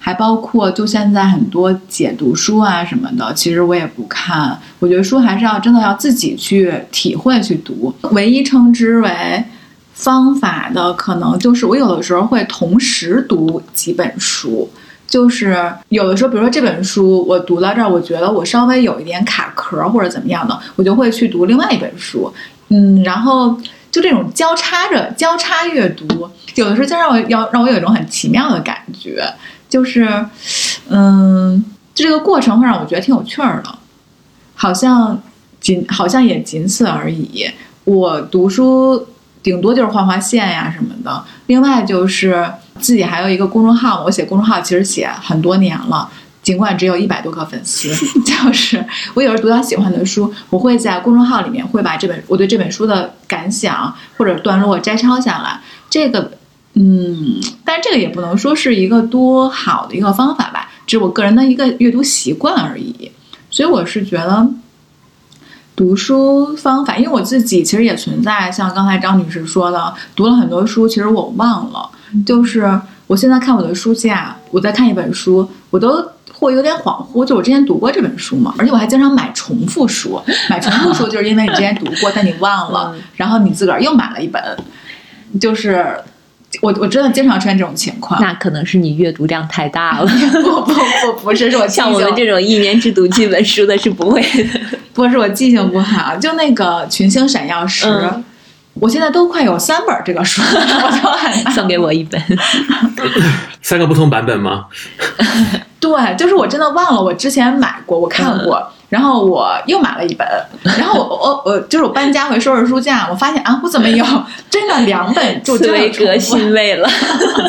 还包括就现在很多解读书啊什么的，其实我也不看。我觉得书还是真的要自己去体会去读。唯一称之为方法的，可能就是我有的时候会同时读几本书。就是有的时候，比如说这本书我读到这儿，我觉得我稍微有一点卡壳或者怎么样的，我就会去读另外一本书。然后就这种交叉阅读，有的时候就让我有一种很奇妙的感觉，就是就这个过程会让我觉得挺有趣儿的，好像也仅此而已。我读书顶多就是画线呀什么的，另外就是自己还有一个公众号，我写公众号其实写很多年了，尽管只有100多个粉丝。就是我有时候读到喜欢的书，我会在公众号里面会把我对这本书的感想或者段落摘抄下来。这个但这个也不能说是一个多好的一个方法吧，只是我个人的一个阅读习惯而已。所以我是觉得读书方法，因为我自己其实也存在像刚才张女士说的，读了很多书其实我忘了，就是我现在看我的书架，我在看一本书我都会有点恍惚，就我之前读过这本书嘛，而且我还经常买重复书。买重复书就是因为你之前读过但你忘了，然后你自个儿又买了一本，就是我真的经常出现这种情况。 那可能是你阅读量太大了。 不是我像我们这种1年只读几本书的是不会的。 不是我记性不好，就那个群星闪耀时，我现在都快有3本这个书，我就很送给我1本。 3个不同版本吗？ 对，就是我真的忘了我之前买过，我看过，然后我又买了一本，然后我就是我搬家回收拾书架，我发现我怎么有真的2本就思维革新位了。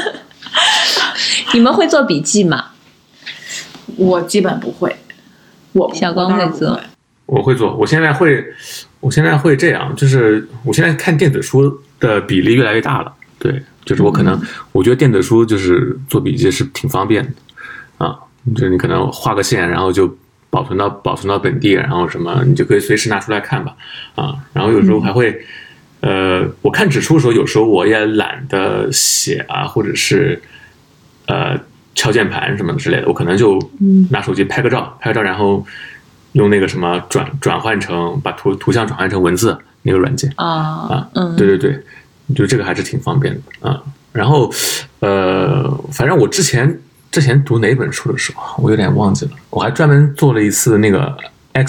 你们会做笔记吗？ 我基本不会。 小光会做。 我会做。我现在会这样，就是我现在看电子书的比例越来越大了。对，就是我觉得电子书就是做笔记是挺方便的啊，就是你可能画个线，然后就保存到本地，然后什么你就可以随时拿出来看吧啊。然后有时候还会我看纸书的时候，有时候我也懒得写啊，或者是敲键盘什么之类的，我可能就拿手机拍个照，然后用那个什么转换成把图像转换成文字那个软件对，就这个还是挺方便的啊。然后反正我之前读哪本书的时候，我有点忘记了，我还专门做了一次那个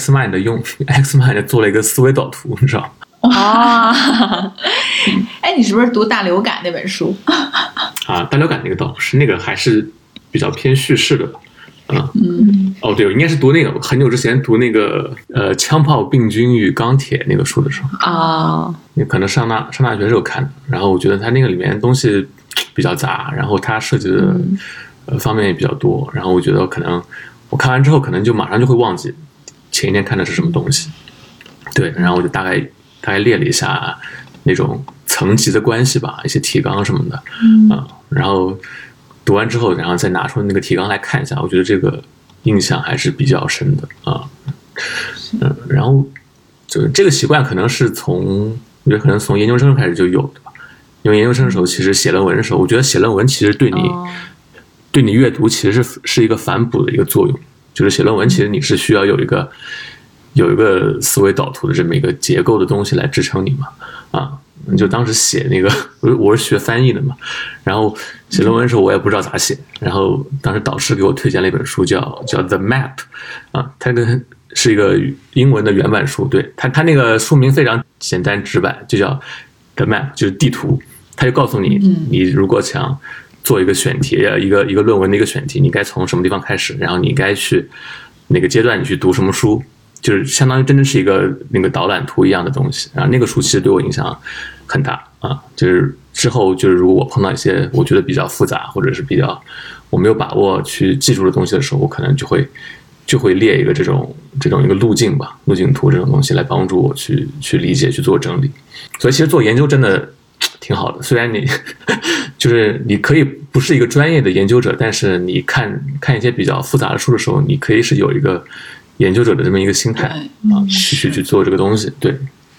Xmind 做了一个思维导图，你知道吗？你是不是读大流感那本书？ 大流感那个倒不是，那个还是比较偏叙事的吧。对，我应该是读那个很久之前读那个枪炮、病菌与钢铁那个书的时候你可能上大学时候看的，然后我觉得它那个里面东西比较杂，然后它涉及的方面也比较多，然后我觉得可能我看完之后可能就马上就会忘记前一天看的是什么东西。对，然后我就大概列了一下那种层级的关系吧，一些提纲什么的然后读完之后，然后再拿出那个提纲来看一下，我觉得这个印象还是比较深的然后就这个习惯可能是我觉得可能从研究生开始就有的吧。因为研究生的时候，其实写论文的时候，我觉得写论文其实对你阅读其实是一个反哺的一个作用，就是写论文其实你是需要有一个思维导图的这么一个结构的东西来支撑你嘛就当时写那个我是学翻译的嘛，然后写论文的时候我也不知道咋写，然后当时导师给我推荐了一本书叫 The Map 它是一个英文的原版书，对，它那个书名非常简单直白，就叫 The Map， 就是地图。它就告诉你你如果想做一个选题一个论文的一个选题，你该从什么地方开始，然后你该去哪个阶段你去读什么书，就是相当于真的是一个那个导览图一样的东西。然后那个书其实对我影响很大就是之后就是如果我碰到一些我觉得比较复杂或者是比较我没有把握去记住的东西的时候，我可能就会列一个这种一个路径吧，路径图这种东西来帮助我去理解去做整理。所以其实做研究真的挺好的，虽然你就是你可以不是一个专业的研究者，但是你看一些比较复杂的书的时候，你可以是有一个研究者的这么一个心态去做这个东西。对，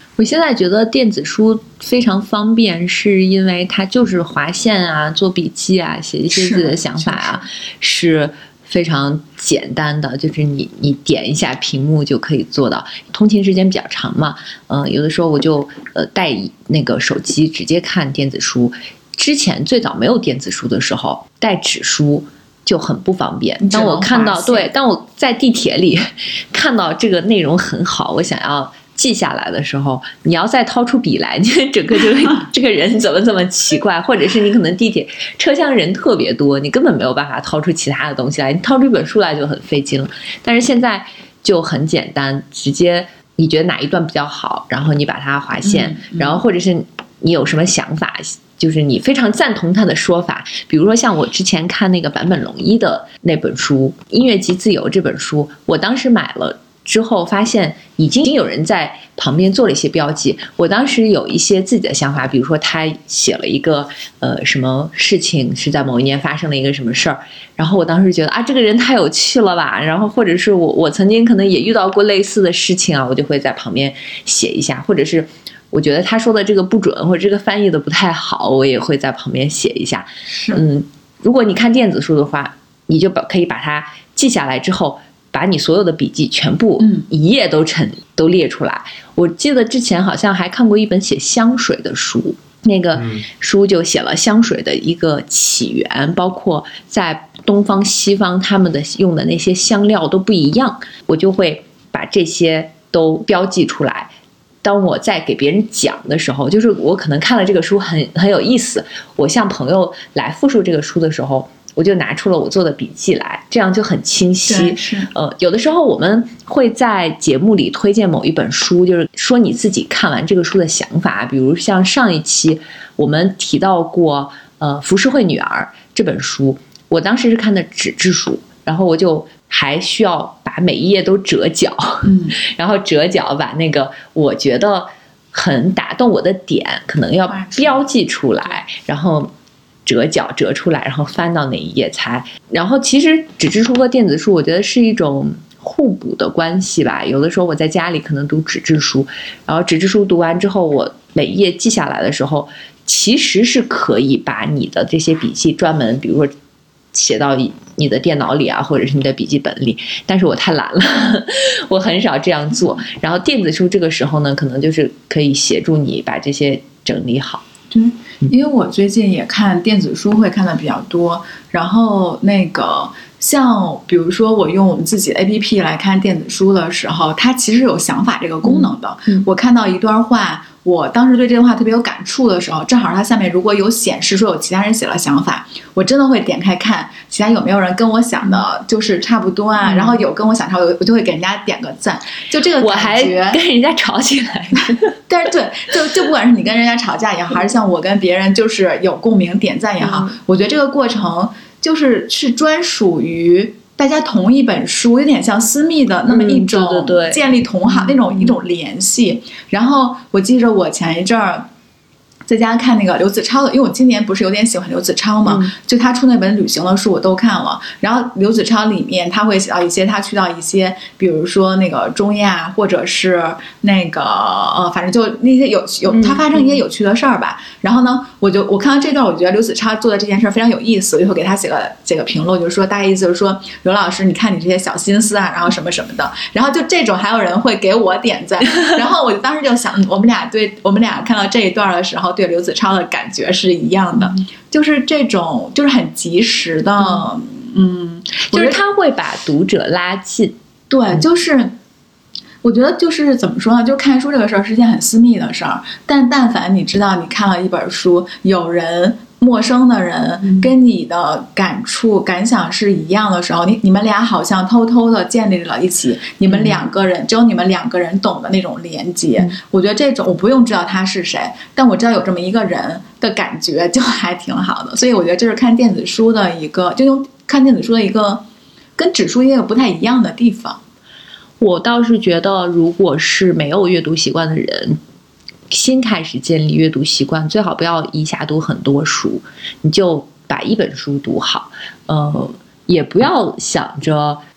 我现在觉得电子书非常方便，是因为它就是划线啊、做笔记啊、写一些自己的想法啊，是非常简单的，就是你点一下屏幕就可以做到。通勤时间比较长嘛，有的时候我就带那个手机直接看电子书。之前最早没有电子书的时候，带纸书就很不方便。当我看到当我在地铁里看到这个内容很好，我想要记下来的时候，你要再掏出笔来，你整个就这个人怎么这么奇怪，或者是你可能地铁车厢人特别多，你根本没有办法掏出其他的东西来，你掏出一本书来就很费劲了。但是现在就很简单，直接你觉得哪一段比较好，然后你把它划线，然后或者是你有什么想法，就是你非常赞同他的说法，比如说像我之前看那个坂本龙一的那本书《音乐即自由》这本书，我当时买了之后发现已经有人在旁边做了一些标记，我当时有一些自己的想法，比如说他写了一个什么事情是在某一年发生了一个什么事儿，然后我当时觉得啊这个人太有趣了吧，然后或者是我曾经可能也遇到过类似的事情啊，我就会在旁边写一下，或者是我觉得他说的这个不准，或者这个翻译的不太好，我也会在旁边写一下。如果你看电子书的话，你就可以把它记下来之后，把你所有的笔记全部一页都列出来。我记得之前好像还看过一本写香水的书，那个书就写了香水的一个起源，包括在东方西方他们的用的那些香料都不一样，我就会把这些都标记出来。当我在给别人讲的时候，就是我可能看了这个书很有意思，我向朋友来复述这个书的时候，我就拿出了我做的笔记来，这样就很清晰。有的时候我们会在节目里推荐某一本书，就是说你自己看完这个书的想法，比如像上一期我们提到过浮世绘女儿这本书，我当时是看的纸质书，然后我就还需要把每一页都折角，然后折角把那个我觉得很打动我的点可能要标记出来，然后折角折出来，然后翻到哪一页才。然后其实纸质书和电子书我觉得是一种互补的关系吧，有的时候我在家里可能读纸质书，然后纸质书读完之后，我每一页记下来的时候，其实是可以把你的这些笔记专门比如说写到你的电脑里啊，或者是你的笔记本里，但是我太懒了我很少这样做。然后电子书这个时候呢，可能就是可以协助你把这些整理好。 对，因为我最近也看电子书会看的比较多，然后那个像比如说我用我们自己的 APP 来看电子书的时候，它其实有想法这个功能的。我看到一段话，我当时对这段话特别有感触的时候，正好它下面如果有显示说有其他人写了想法，我真的会点开看其他有没有人跟我想的就是差不多啊，然后有跟我想差不多，我就会给人家点个赞，就这个感觉。 我还跟人家吵起来但是对，就不管是你跟人家吵架也好，还是像我跟别人就是有共鸣点赞也好，我觉得这个过程是专属于大家同一本书，有点像私密的那么一种建立同行那种一种联系。然后我记着我前一阵儿在家看那个刘子超的，因为我今年不是有点喜欢刘子超嘛，就他出那本旅行的书我都看了。然后刘子超里面他会写到一些他去到一些，比如说那个中亚，或者是那个反正就那些有他发生一些有趣的事儿吧。然后呢，我看到这段，我觉得刘子超做的这件事非常有意思，我就会给他写个评论，就是说大概意思就是说，刘老师你看你这些小心思啊，然后什么什么的，然后就这种还有人会给我点赞。然后我当时就想，我们俩看到这一段的时候，对刘子超的感觉是一样的，就是这种就是很及时的， 就是他会把读者拉近。 对，就是我觉得就是怎么说呢，就看书这个事儿是件很私密的事儿，但凡你知道你看了一本书，有人陌生的人跟你的感想是一样的时候，你们俩好像偷偷的建立了一起你们两个人只有你们两个人懂的那种连接。我觉得这种我不用知道他是谁，但我知道有这么一个人的感觉就还挺好的。所以我觉得这是看电子书的一个，就用看电子书的一个跟纸书也有不太一样的地方。 我倒是觉得如果是没有阅读习惯的人，新开始建立阅读习惯，最好不要一下读很多书，你就把一本书读好，也不要想着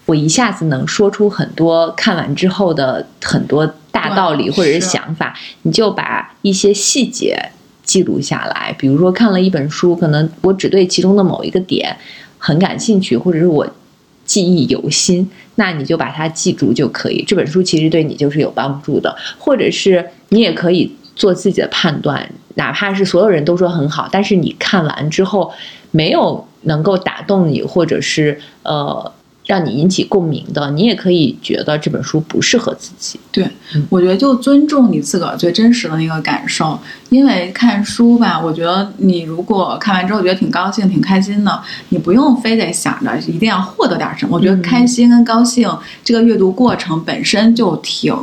我一下子能说出很多看完之后的很多大道理或者是想法，你就把一些细节记录下来。比如说看了一本书，可能我只对其中的某一个点很感兴趣，或者是我记忆犹新，那你就把它记住就可以。这本书其实对你就是有帮助的，或者是你也可以做自己的判断，哪怕是所有人都说很好，但是你看完之后没有能够打动你，或者是让你引起共鸣的，你也可以觉得这本书不适合自己。 对，我觉得就尊重你自个儿最真实的那个感受。因为看书吧，我觉得你如果看完之后觉得挺高兴挺开心的，你不用非得想着一定要获得点什么。我觉得开心跟高兴这个阅读过程本身就挺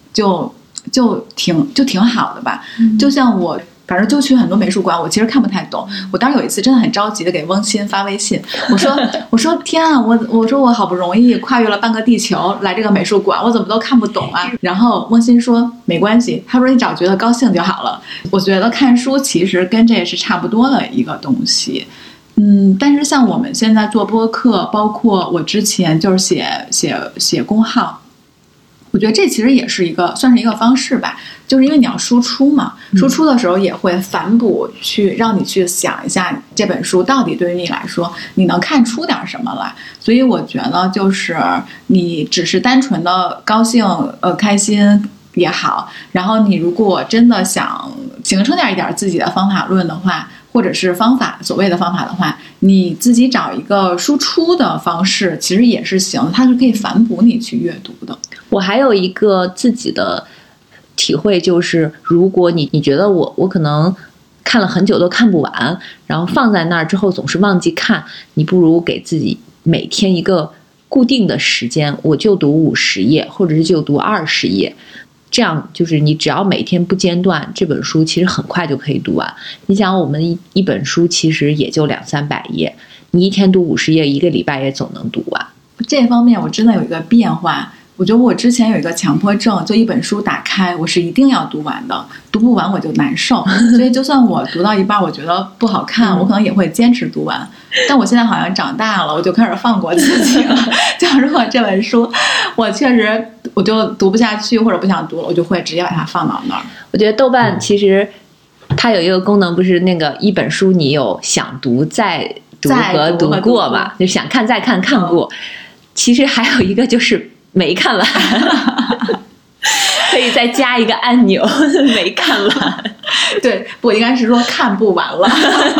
好的吧。就像我反正就去很多美术馆，我其实看不太懂。我当时有一次真的很着急的给翁鑫发微信，我说天啊，我说我好不容易跨越了半个地球来这个美术馆，我怎么都看不懂啊？然后翁鑫说没关系，他说你只要觉得高兴就好了。我觉得看书其实跟这也是差不多的一个东西。但是像我们现在做播客，包括我之前就是写公号，我觉得这其实也是算是一个方式吧，就是因为你要输出嘛，输出的时候也会反哺去让你去想一下这本书到底对于你来说你能看出点什么来。所以我觉得就是你只是单纯的高兴开心也好，然后你如果真的想形成一点自己的方法论的话，或者是所谓的方法的话，你自己找一个输出的方式其实也是行，它是可以反哺你去阅读的。 我还有一个自己的体会，就是如果你觉得我可能看了很久都看不完，然后放在那儿之后总是忘记看，你不如给自己每天一个固定的时间，我就读50页，或者是就读20页。这样就是你只要每天不间断，这本书其实很快就可以读完。你想我们一本书其实也就200-300页，你一天读50页，一个礼拜也总能读完。 这方面我真的有一个变化，我觉得我之前有一个强迫症，就一本书打开我是一定要读完的，读不完我就难受，所以就算我读到一半我觉得不好看，我可能也会坚持读完。但我现在好像长大了，我就开始放过自己了就如果这本书我确实我就读不下去或者不想读了，我就会直接把它放到那儿。 我觉得豆瓣其实它有一个功能，不是那个一本书你有想读再读和读过嘛，就想看再看看过，其实还有一个就是没看完可以再加一个按钮没看完对，我应该是说看不完了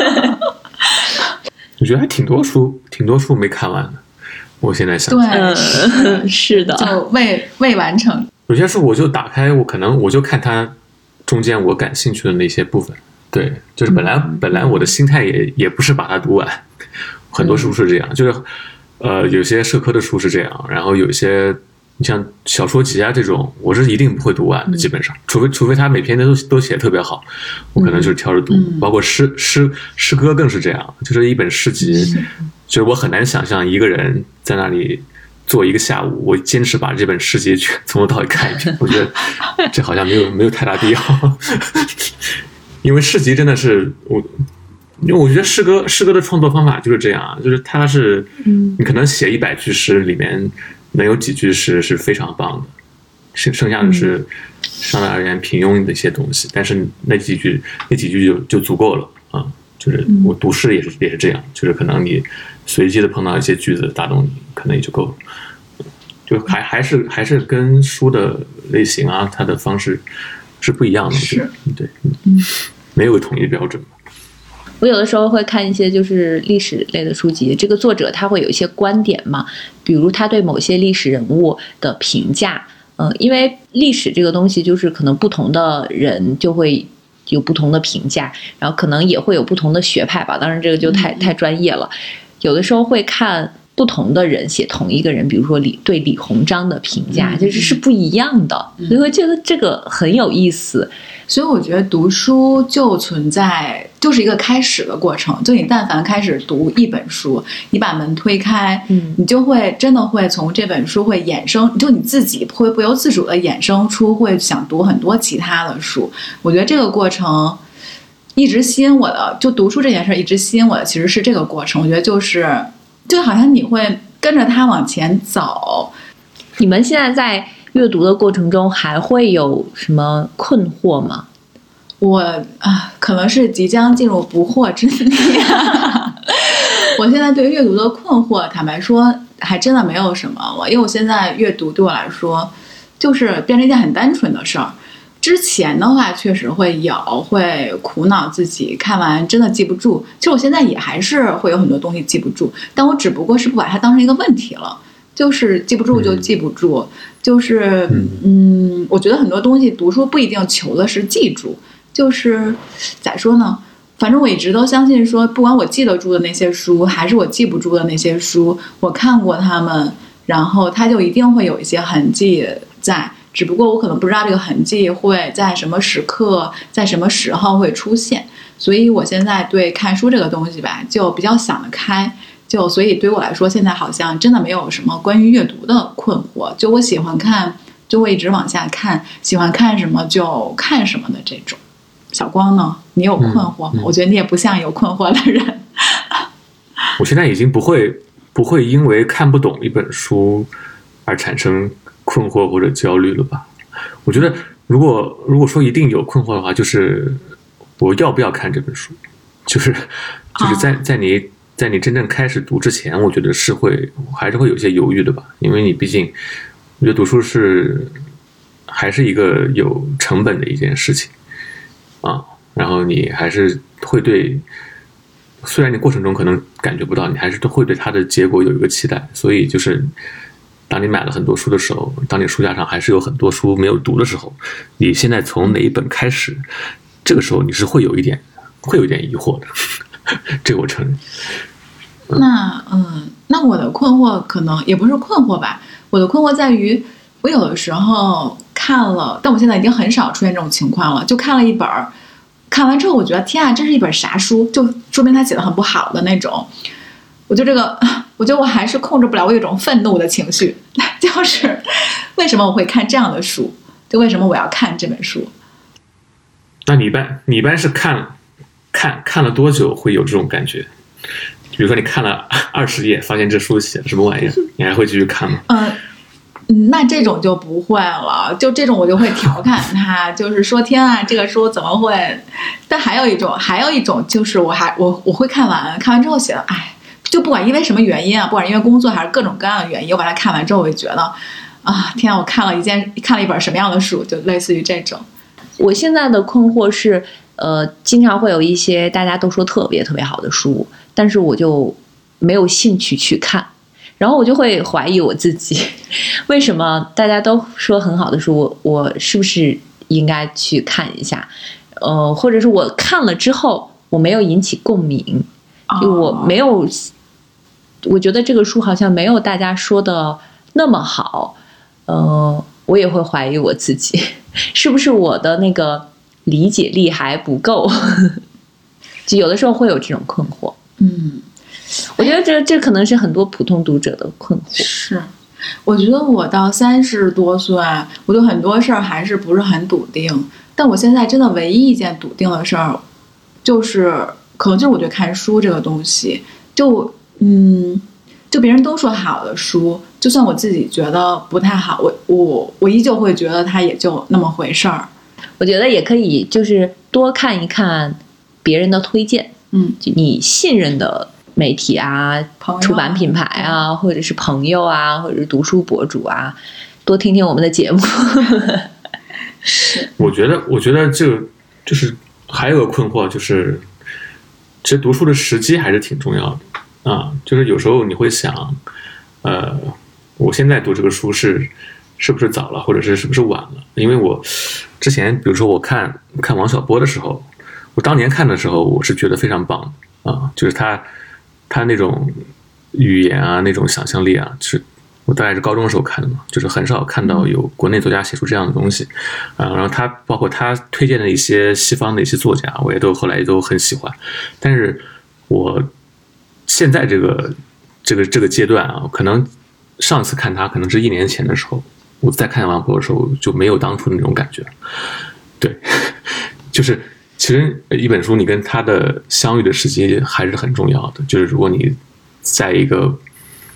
我觉得还挺多书没看完的。我现在想对是的， 就未完成。 有些书我就打开，我就看它中间我感兴趣的那些部分。对，就是本来我的心态也不是把它读完，很多书是这样，就是有些社科的书是这样，然后有一些你像小说集啊这种，我是一定不会读完的，基本上，除非他每篇都写得特别好，我可能就是挑着读。包括诗歌更是这样，就是一本诗集，就是我很难想象一个人在那里做一个下午，我坚持把这本诗集从头到尾看一遍，我觉得这好像没有太大必要因为诗集真的是因为我觉得诗歌的创作方法就是这样啊，就是它是你可能写100句诗里面能有几句诗是非常棒的，剩下的是相对而言平庸的一些东西，但是那几句就足够了啊。就是我读诗也是这样，就是可能你随机的碰到一些句子打动你，可能也就够了。就还是跟书的类型啊，它的方式是不一样的。 是， 对，没有统一标准。 我有的时候会看一些就是历史类的书籍，这个作者他会有一些观点嘛，比如他对某些历史人物的评价，因为历史这个东西就是可能不同的人就会有不同的评价，然后可能也会有不同的学派吧，当然这个就太专业了。有的时候会看不同的人写同一个人，比如说对李鸿章的评价就是不一样的，所以会觉得这个很有意思。 所以我觉得读书就是一个开始的过程，就你但凡开始读一本书，你把门推开，你就会真的会从这本书会衍生，就你自己会不由自主的衍生出会想读很多其他的书。我觉得这个过程一直吸引我的，就读书这件事一直吸引我的其实是这个过程。我觉得就好像你会跟着它往前走。 你们现在在阅读的过程中还会有什么困惑吗？ 我可能是即将进入不惑之年。我现在对阅读的困惑，坦白说还真的没有什么。因为我现在阅读对我来说就是变成一件很单纯的事儿。之前的话确实会苦恼自己看完真的记不住，其实我现在也还是会有很多东西记不住，但我只不过是不把它当成一个问题了，就是记不住就记不住，就是我觉得很多东西读书不一定求的是记住，就是咋说呢，反正我一直都相信说，不管我记得住的那些书还是我记不住的那些书，我看过它们，然后它就一定会有一些痕迹在，只不过我可能不知道这个痕迹会在什么时刻在什么时候会出现，所以我现在对看书这个东西吧就比较想得开，所以对我来说现在好像真的没有什么关于阅读的困惑，就我喜欢看就会一直往下看，喜欢看什么就看什么的这种。小光呢，你有困惑吗？我觉得你也不像有困惑的人。 我现在已经不会因为看不懂一本书而产生困惑或者焦虑了吧。我觉得如果说一定有困惑的话，就是我要不要看这本书，就是在你真正开始读之前，我觉得还是会有一些犹豫的吧，因为你毕竟我觉得读书还是一个有成本的一件事情啊，然后你还是会对，虽然你过程中可能感觉不到，你还是会对它的结果有一个期待，所以就是当你买了很多书的时候，当你书架上还是有很多书没有读的时候，你现在从哪一本开始，这个时候你是会有一点疑惑的，这个我承认。 那我的困惑可能也不是困惑吧，我的困惑在于我有的时候看了，但我现在已经很少出现这种情况了，就看了一本，看完之后我觉得天啊，这是一本啥书，就说明他写的很不好的那种，我觉得我还是控制不了我有一种愤怒的情绪，就是为什么我会看这样的书，就为什么我要看这本书。 那你一般是看了多久会有这种感觉？比如说你看了20页，发现这书写的什么玩意儿，你还会继续看吗？ 那这种就不会了，就这种我就会调侃他，就是说天啊，这个书怎么会？但还有一种就是我会看完之后写的，就不管因为什么原因啊，不管因为工作还是各种各样的原因，我把它看完之后，我就觉得天啊，我看了一本什么样的书，就类似于这种。 我现在的困惑是，经常会有一些大家都说特别特别好的书，但是我就没有兴趣去看，然后我就会怀疑我自己，为什么大家都说很好的书，我是不是应该去看一下？或者是我看了之后，我没有引起共鸣，就我觉得这个书好像没有大家说的那么好，我也会怀疑我自己，是不是我的那个理解力还不够？就有的时候会有这种困惑。我觉得这可能是很多普通读者的困惑。 是，我觉得我到30多岁，我对很多事儿还是不是很笃定。但我现在真的唯一一件笃定的事儿，可能就是我对看书这个东西，就别人都说好的书，就算我自己觉得不太好，我依旧会觉得它也就那么回事儿。 我觉得也可以，就是多看一看别人的推荐，就你信任的媒体啊、出版品牌啊，或者是朋友啊，或者是读书博主啊，多听听我们的节目。 我觉得就是还有个困惑，就是其实读书的时机还是挺重要的啊。就是有时候你会想，我现在读这个书是不是早了，或者是不是晚了？因为我之前比如说我看王小波的时候，我当年看的时候，我是觉得非常棒啊，就是他那种语言啊，那种想象力啊，是我大概是高中的时候看的嘛，就是很少看到有国内作家写出这样的东西啊。然后包括他推荐的一些西方的一些作家，我也都后来都很喜欢。但是我现在这个阶段啊，可能上次看他可能是1年前的时候，我再看王小波的时候就没有当初那种感觉。对，就是其实一本书你跟他的相遇的时机还是很重要的，就是如果你在一个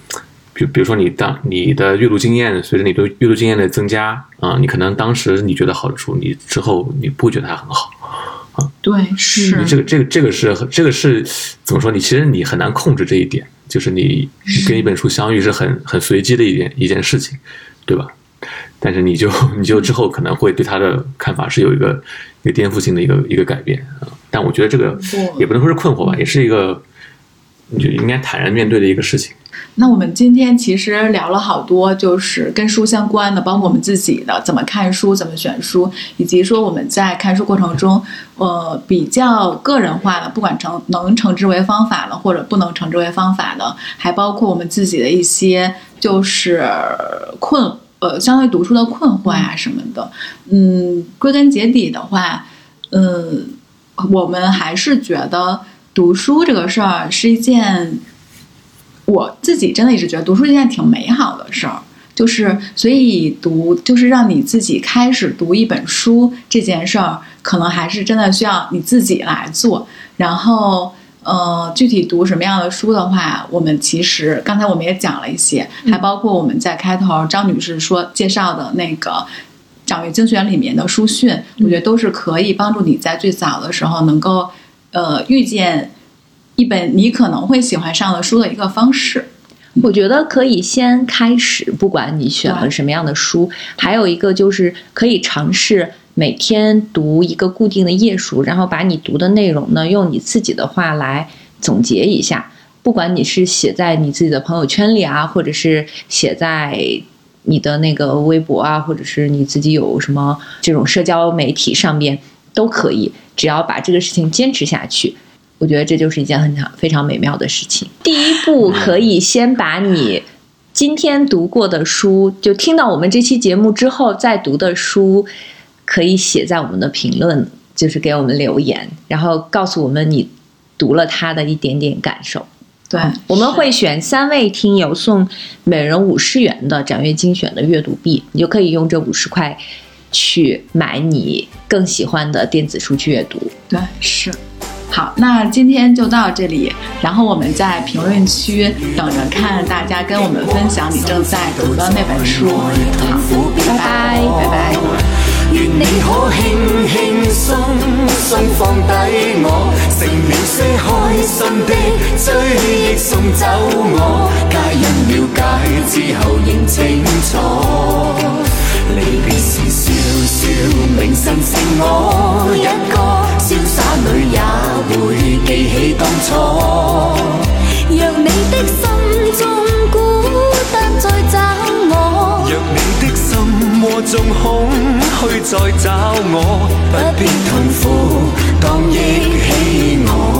比如说你的阅读经验，随着你对阅读经验的增加你可能当时你觉得好的书，你之后你不会觉得它很好对，是这个是怎么说？其实你很难控制这一点，就是你跟一本书相遇是很随机的一件事情，对吧？但是你就之后可能会对他的看法是有一个颠覆性的一个改变但我觉得这个也不能说是困惑吧，也是一个你就应该坦然面对的一个事情。 那我们今天其实聊了好多，就是跟书相关的，包括我们自己的怎么看书、怎么选书，以及说我们在看书过程中，比较个人化的，不管能称之为方法的，或者不能称之为方法的，还包括我们自己的一些就是相对读书的困惑呀什么的。归根结底的话，我们还是觉得读书这个事儿是一件。我自己真的一直觉得读书是一件挺美好的事儿，就是所以就是让你自己开始读一本书这件事儿，可能还是真的需要你自己来做。然后具体读什么样的书的话，我们其实刚才我们也讲了一些，还包括我们在开头张女士介绍的那个掌阅精选里面的书讯，我觉得都是可以帮助你在最早的时候能够遇见一本你可能会喜欢上的书的一个方式。 我觉得可以先开始，不管你选了什么样的书，还有一个就是可以尝试每天读一个固定的页数，然后把你读的内容呢用你自己的话来总结一下，不管你是写在你自己的朋友圈里啊，或者是写在你的那个微博啊，或者是你自己有什么这种社交媒体上面都可以，只要把这个事情坚持下去，我觉得这就是一件非常美妙的事情。第一步可以先把你今天读过的书，就听到我们这期节目之后再读的书，可以写在我们的评论，就是给我们留言，然后告诉我们你读了它的一点点感受。 对， 我们会选3位听友送每人50元的掌阅精选的阅读币，你就可以用这50块去买你更喜欢的电子书去阅读。 对，是。好，那今天就到这里，然后我们在评论区等着看大家跟我们分享你正在读的那本书。好，拜拜，拜拜。 願你可輕輕鬆鬆放低我，成了些開心的追憶送走我，皆因了解之後認清楚，離別時笑笑明晨剩我一個，瀟灑裏也會記起當初，若你的心中孤單再找我，若你的心窩中空虛再找我，不必痛苦，當憶起我。